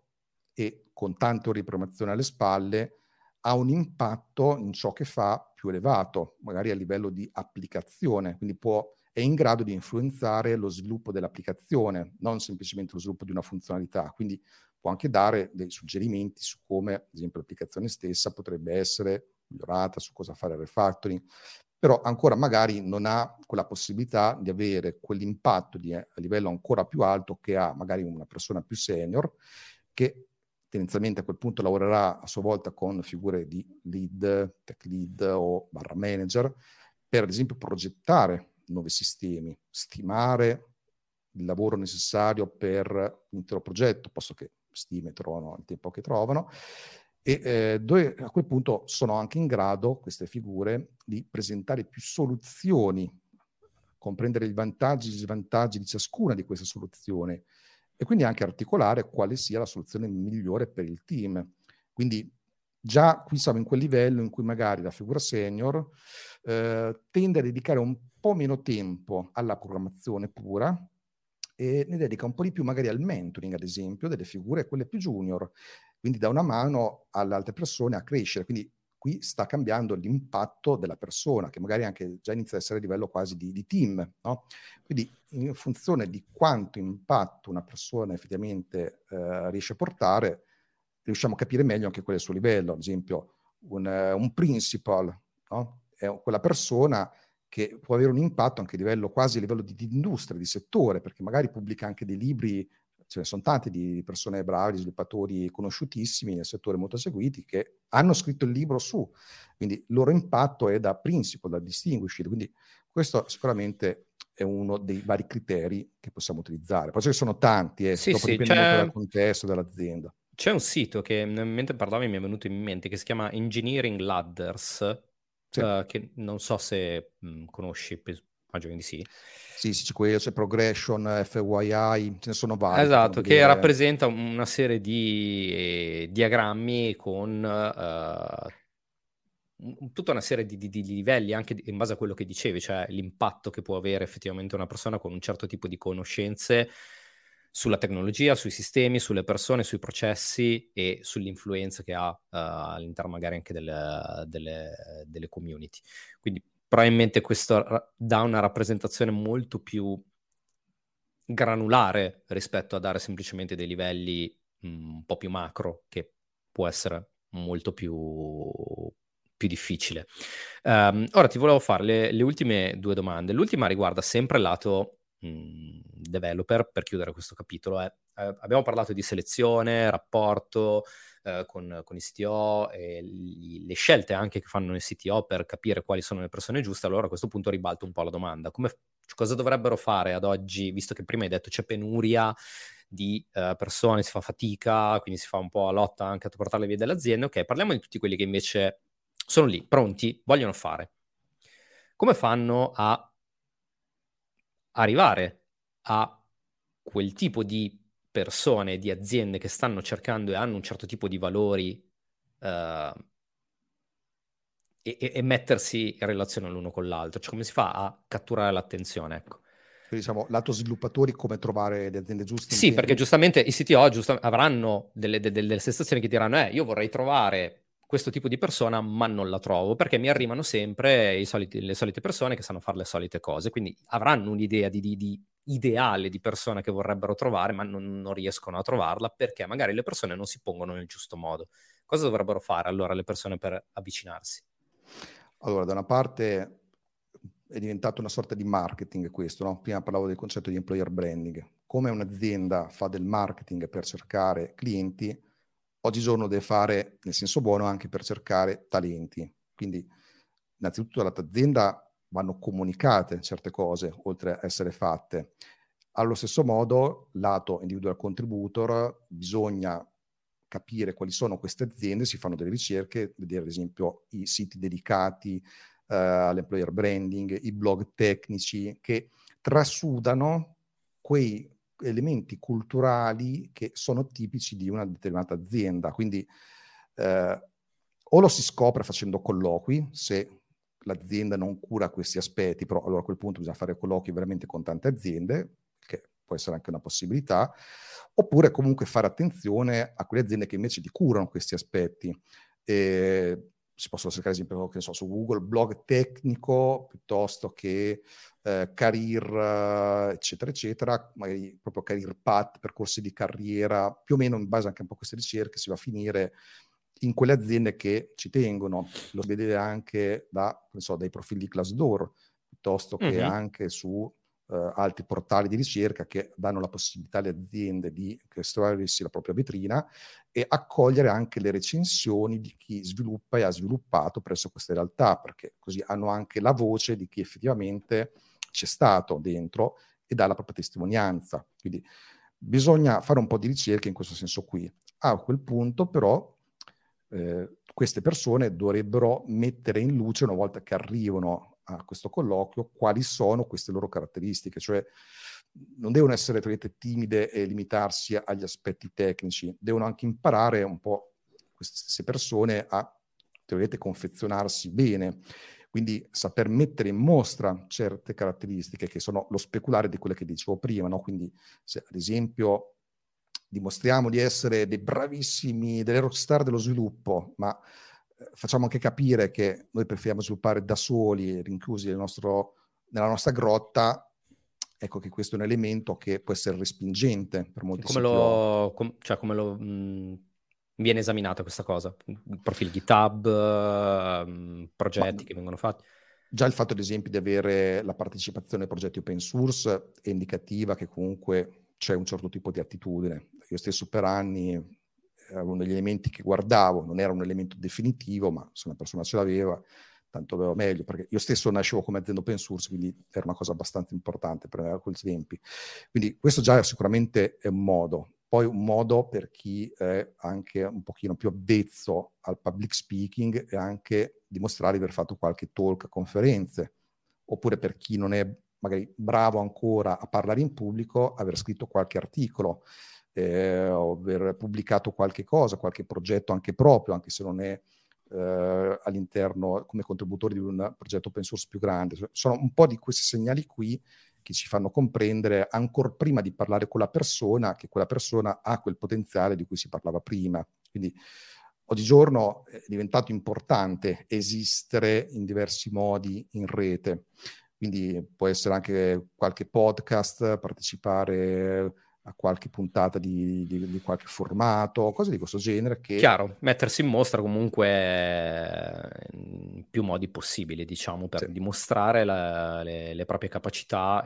e con tante ore di programmazione alle spalle ha un impatto in ciò che fa più elevato, magari a livello di applicazione, quindi può, è in grado di influenzare lo sviluppo dell'applicazione, non semplicemente lo sviluppo di una funzionalità, quindi può anche dare dei suggerimenti su come, ad esempio, l'applicazione stessa potrebbe essere migliorata, su cosa fare il refactoring, però ancora magari non ha quella possibilità di avere quell'impatto di, a livello ancora più alto che ha magari una persona più senior, che tendenzialmente a quel punto lavorerà a sua volta con figure di lead, tech lead o barra manager, per ad esempio progettare nuovi sistemi, stimare il lavoro necessario per l'intero progetto, posto che stime trovano il tempo che trovano, e eh, dove a quel punto sono anche in grado queste figure di presentare più soluzioni comprendere i vantaggi e gli svantaggi di ciascuna di queste soluzioni e quindi anche articolare quale sia la soluzione migliore per il team. Quindi già qui siamo in quel livello in cui magari la figura senior eh, tende a dedicare un po' meno tempo alla programmazione pura e ne dedica un po' di più magari al mentoring, ad esempio, delle figure quelle più junior, quindi dà una mano alle altre persone a crescere. Quindi qui sta cambiando l'impatto della persona, che magari anche già inizia ad essere a livello quasi di, di team, no? Quindi in funzione di quanto impatto una persona effettivamente eh, riesce a portare, riusciamo a capire meglio anche qual è il suo livello. Ad esempio, un, uh, un principal, no? È quella persona che può avere un impatto anche a livello, quasi a livello di, di industria, di settore, perché magari pubblica anche dei libri, ce ne sono tanti di persone brave, di sviluppatori conosciutissimi nel settore molto seguiti, che hanno scritto il libro su, quindi il loro impatto è da principal, da distinguished, quindi questo sicuramente è uno dei vari criteri che possiamo utilizzare. Poi ce ne sono tanti, eh. Sì, Dopo sì, dipende molto c'è, dal contesto dell'azienda. c'è un sito che mentre parlavi mi è venuto in mente che si chiama Engineering Ladders, Sì. uh, che non so se mh, conosci, penso- immagino di sì. Sì, sì, c'è quello, c'è Progression, F Y I, ce ne sono vari. Esatto, che vedere. rappresenta una serie di eh, diagrammi con uh, tutta una serie di, di, di livelli anche in base a quello che dicevi, cioè l'impatto che può avere effettivamente una persona con un certo tipo di conoscenze sulla tecnologia, sui sistemi, sulle persone, sui processi e sull'influenza che ha uh, all'interno magari anche delle, delle, delle community. Quindi probabilmente questo dà una rappresentazione molto più granulare rispetto a dare semplicemente dei livelli mh, un po' più macro, che può essere molto più, più difficile. Um, ora ti volevo fare le, le ultime due domande. L'ultima riguarda sempre il lato mh, developer, per chiudere questo capitolo. Eh. Eh, abbiamo parlato di selezione, rapporto eh, con, con i C T O e gli, le scelte anche che fanno i C T O per capire quali sono le persone giuste. Allora a questo punto ribalto un po' la domanda. Come cosa dovrebbero fare ad oggi, visto che prima hai detto c'è penuria di uh, persone, si fa fatica, quindi si fa un po' a lotta anche a portarle via dalle aziende? Ok, parliamo di tutti quelli che invece sono lì, pronti, vogliono fare. Come fanno a arrivare a quel tipo di persone, di aziende che stanno cercando e hanno un certo tipo di valori uh, e, e mettersi in relazione l'uno con l'altro? Cioè, come si fa a catturare l'attenzione, ecco? Quindi diciamo, lato sviluppatori, come trovare le aziende giuste? Sì, intendi? perché giustamente i C T O giusta, avranno delle, delle, delle sensazioni che diranno eh, io vorrei trovare questo tipo di persona, ma non la trovo, perché mi arrivano sempre i soliti, le solite persone che sanno fare le solite cose, quindi avranno un'idea di, di, di ideale di persona che vorrebbero trovare, ma non, non riescono a trovarla, perché magari le persone non si pongono nel giusto modo. Cosa dovrebbero fare allora le persone per avvicinarsi? Allora, da una parte è diventato una sorta di marketing questo, no? Prima parlavo del concetto di employer branding. Come un'azienda fa del marketing per cercare clienti, oggigiorno deve fare, nel senso buono, anche per cercare talenti. Quindi, innanzitutto, dalla tua azienda vanno comunicate certe cose, oltre a essere fatte. Allo stesso modo, lato individual contributor, bisogna capire quali sono queste aziende, si fanno delle ricerche, vedere ad esempio i siti dedicati uh, all'employer branding, i blog tecnici che trasudano quei elementi culturali che sono tipici di una determinata azienda. Quindi uh, o lo si scopre facendo colloqui, se l'azienda non cura questi aspetti, però allora a quel punto bisogna fare colloqui veramente con tante aziende, che può essere anche una possibilità, oppure comunque fare attenzione a quelle aziende che invece ti curano questi aspetti. E si possono cercare, ad esempio, che ne so, su Google, blog tecnico, piuttosto che eh, career, eccetera, eccetera, magari proprio career path, percorsi di carriera, più o meno in base anche un po' a queste ricerche si va a finire in quelle aziende che ci tengono. Lo si vede anche da, non so, dai profili di Glassdoor, piuttosto che Mm-hmm. anche su Uh, altri portali di ricerca che danno la possibilità alle aziende di costruirsi la propria vetrina e accogliere anche le recensioni di chi sviluppa e ha sviluppato presso queste realtà, perché così hanno anche la voce di chi effettivamente c'è stato dentro e dà la propria testimonianza. Quindi bisogna fare un po' di ricerca in questo senso qui. A quel punto però eh, queste persone dovrebbero mettere in luce, una volta che arrivano a questo colloquio quali sono queste loro caratteristiche, cioè non devono essere timide e limitarsi agli aspetti tecnici, devono anche imparare un po' queste stesse persone a confezionarsi bene, quindi saper mettere in mostra certe caratteristiche che sono lo speculare di quelle che dicevo prima, no? Quindi se ad esempio dimostriamo di essere dei bravissimi, delle rockstar dello sviluppo, ma facciamo anche capire che noi preferiamo sviluppare da soli, rinchiusi nel nostro, nella nostra grotta, ecco che questo è un elemento che può essere respingente per molti come C T O. lo, com, cioè come lo mh, viene esaminata questa cosa? Profili GitHub, uh, progetti Ma, che vengono fatti? Già il fatto, ad esempio, di avere la partecipazione ai progetti open source è indicativa che comunque c'è un certo tipo di attitudine. Io stesso per anni era uno degli elementi che guardavo, non era un elemento definitivo, ma se una persona ce l'aveva, tanto aveva meglio, perché io stesso nascevo come azienda open source, quindi era una cosa abbastanza importante per me a quei tempi. Quindi questo già sicuramente è un modo. Poi un modo per chi è anche un pochino più avvezzo al public speaking è anche dimostrare di aver fatto qualche talk a conferenze, oppure per chi non è magari bravo ancora a parlare in pubblico, aver scritto qualche articolo, Eh, o aver pubblicato qualche cosa, qualche progetto anche proprio, anche se non è eh, all'interno come contributore di un progetto open source più grande. Sono un po' di questi segnali qui che ci fanno comprendere, ancora prima di parlare con la persona, che quella persona ha quel potenziale di cui si parlava prima. Quindi oggigiorno è diventato importante esistere in diversi modi in rete. Quindi può essere anche qualche podcast, partecipare a qualche puntata di, di, di qualche formato, cose di questo genere che... Chiaro, mettersi in mostra comunque in più modi possibili, diciamo, per sì. dimostrare la, le, le proprie capacità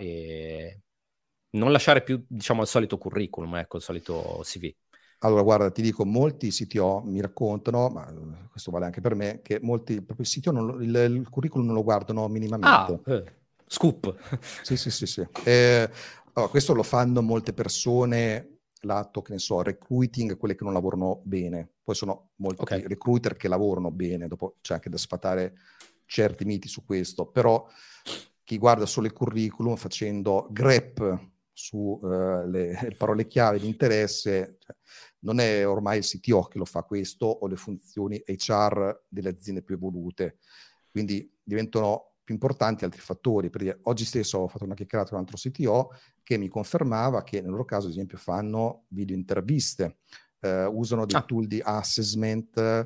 e non lasciare più, diciamo, il solito curriculum, ecco, il solito C V. Allora, guarda, ti dico, molti C T O mi raccontano, ma questo vale anche per me, che molti proprio C T O non, il, il curriculum non lo guardano minimamente. Ah, eh, scoop! Sì, sì, sì, sì. Eh, allora, questo lo fanno molte persone, lato, che ne so, recruiting, quelle che non lavorano bene. Poi sono molti okay. recruiter che lavorano bene, dopo c'è anche da sfatare certi miti su questo, però chi guarda solo il curriculum facendo grep su uh, le, le parole chiave di interesse, cioè, non è ormai il C T O che lo fa questo o le funzioni H R delle aziende più evolute, quindi diventano più importanti altri fattori. Perché oggi stesso ho fatto una chiacchierata con un altro C T O che mi confermava che nel loro caso, ad esempio, fanno video interviste, eh, usano dei ah. tool di assessment, eh,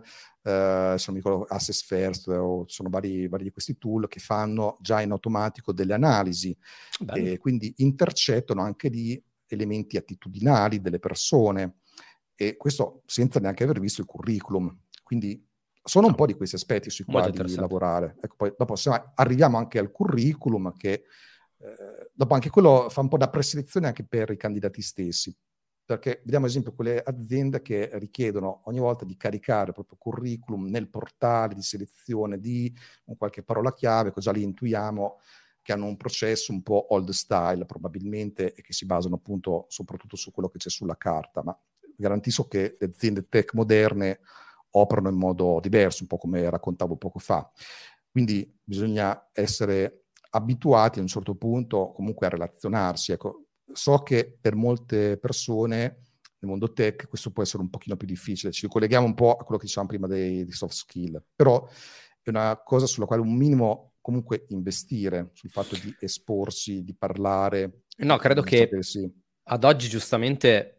se non mi ricordo, Assess First, o sono vari, vari di questi tool che fanno già in automatico delle analisi, e quindi intercettano anche di elementi attitudinali delle persone, e questo senza neanche aver visto il curriculum. Quindi sono un po' di questi aspetti sui quali lavorare. Ecco, poi dopo se arriviamo anche al curriculum, che eh, dopo anche quello fa un po' da preselezione anche per i candidati stessi, perché vediamo ad esempio quelle aziende che richiedono ogni volta di caricare il proprio curriculum nel portale di selezione di un qualche parola chiave, già lì intuiamo che hanno un processo un po' old style probabilmente, e che si basano appunto soprattutto su quello che c'è sulla carta, ma garantisco che le aziende tech moderne operano in modo diverso, un po' come raccontavo poco fa. Quindi bisogna essere abituati a un certo punto comunque a relazionarsi. Ecco, so che per molte persone nel mondo tech questo può essere un pochino più difficile, ci colleghiamo un po' a quello che dicevamo prima dei, dei soft skill, però è una cosa sulla quale un minimo comunque investire, sul fatto di esporsi, di parlare. No, credo che sapersi... ad oggi giustamente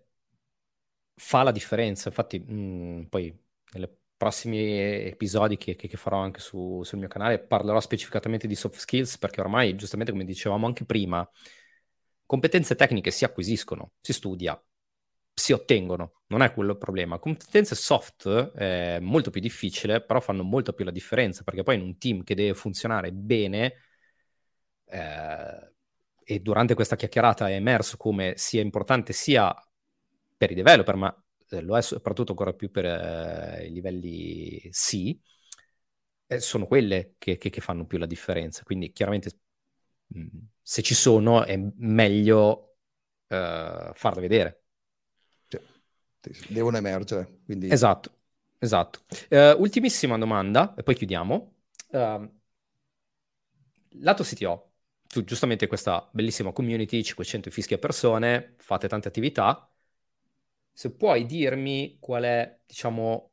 fa la differenza. Infatti mh, poi nei prossimi episodi che, che, che farò anche su, sul mio canale parlerò specificatamente di soft skills, perché ormai, giustamente come dicevamo anche prima, competenze tecniche si acquisiscono, si studia, si ottengono, non è quello il problema. Competenze soft è molto più difficile, però fanno molto più la differenza, perché poi in un team che deve funzionare bene, eh, e durante questa chiacchierata è emerso come sia importante sia per i developer, ma eh, lo è soprattutto ancora più per eh, i livelli C, eh, sono quelle che, che, che fanno più la differenza. Quindi chiaramente mh, se ci sono è meglio eh, farle vedere. Devono emergere. Quindi... Esatto, esatto. Uh, ultimissima domanda, e poi chiudiamo. Uh, lato C T O, tu giustamente questa bellissima community, cinquecento fischi a persone, fate tante attività, se puoi dirmi qual è, diciamo,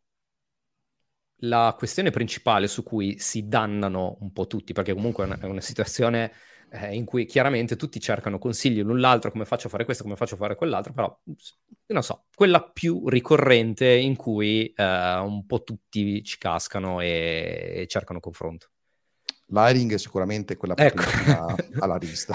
la questione principale su cui si dannano un po' tutti, perché comunque è una, è una situazione eh, in cui chiaramente tutti cercano consigli l'un l'altro, come faccio a fare questo, come faccio a fare quell'altro, però non so, quella più ricorrente in cui eh, un po' tutti ci cascano e, e cercano confronto. L'hiring è sicuramente quella ecco. alla, alla lista.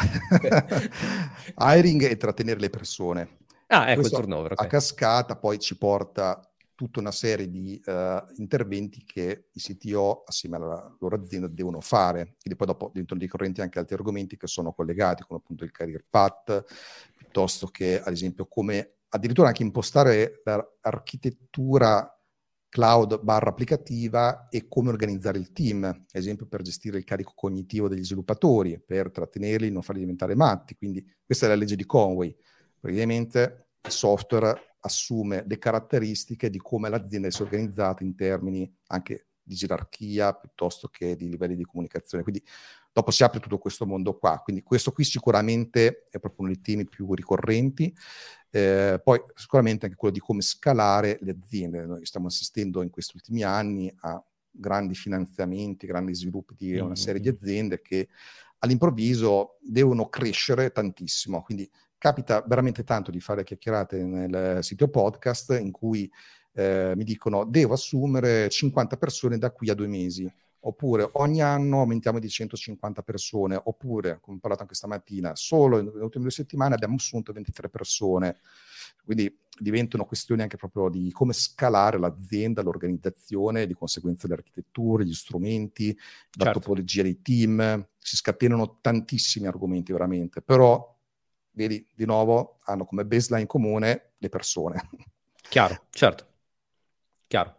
Hiring e trattenere le persone. Ah, ecco. Questo il turnover. Okay. A cascata poi ci porta tutta una serie di uh, interventi che i C T O assieme alla loro azienda devono fare. Quindi poi dopo diventano ricorrenti anche altri argomenti che sono collegati, come appunto il career path, piuttosto che ad esempio come addirittura anche impostare l'architettura cloud barra applicativa e come organizzare il team, ad esempio per gestire il carico cognitivo degli sviluppatori, per trattenerli, non farli diventare matti. Quindi questa è la legge di Conway. Praticamente il software assume le caratteristiche di come l'azienda è organizzata in termini anche di gerarchia piuttosto che di livelli di comunicazione. Quindi dopo si apre tutto questo mondo qua. Quindi questo qui sicuramente è proprio uno dei temi più ricorrenti. Eh, poi sicuramente anche quello di come scalare le aziende. Noi stiamo assistendo in questi ultimi anni a grandi finanziamenti, grandi sviluppi di una mm-hmm. serie di aziende che all'improvviso devono crescere tantissimo. Quindi capita veramente tanto di fare chiacchierate nel sito podcast in cui eh, mi dicono devo assumere cinquanta persone da qui a due mesi, oppure ogni anno aumentiamo di centocinquanta persone, oppure, come ho parlato anche stamattina, solo nelle ultime due settimane abbiamo assunto ventitré persone. Quindi diventano questioni anche proprio di come scalare l'azienda, l'organizzazione, di conseguenza le architetture, gli strumenti, la certo. topologia dei team. Si scatenano tantissimi argomenti veramente, però vedi, di nuovo, hanno come baseline comune le persone. Chiaro, certo. Chiaro.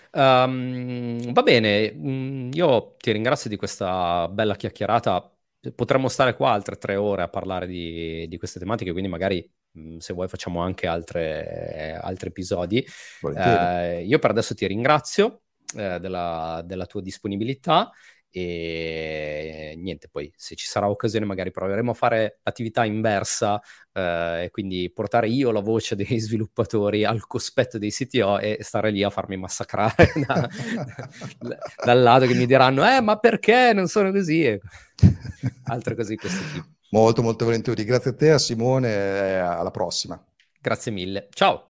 Um, va bene, mm, io ti ringrazio di questa bella chiacchierata. Potremmo stare qua altre tre ore a parlare di, di queste tematiche, quindi magari mh, se vuoi facciamo anche altre, altri episodi. Eh, io per adesso ti ringrazio eh, della, della tua disponibilità. E niente, poi se ci sarà occasione magari proveremo a fare attività inversa eh, e quindi portare io la voce dei sviluppatori al cospetto dei C T O e stare lì a farmi massacrare da, da, dal lato che mi diranno eh ma perché non sono così e altre cose di questo tipo. Molto molto volentieri, grazie a te, a Simone, e alla prossima. Grazie mille, ciao.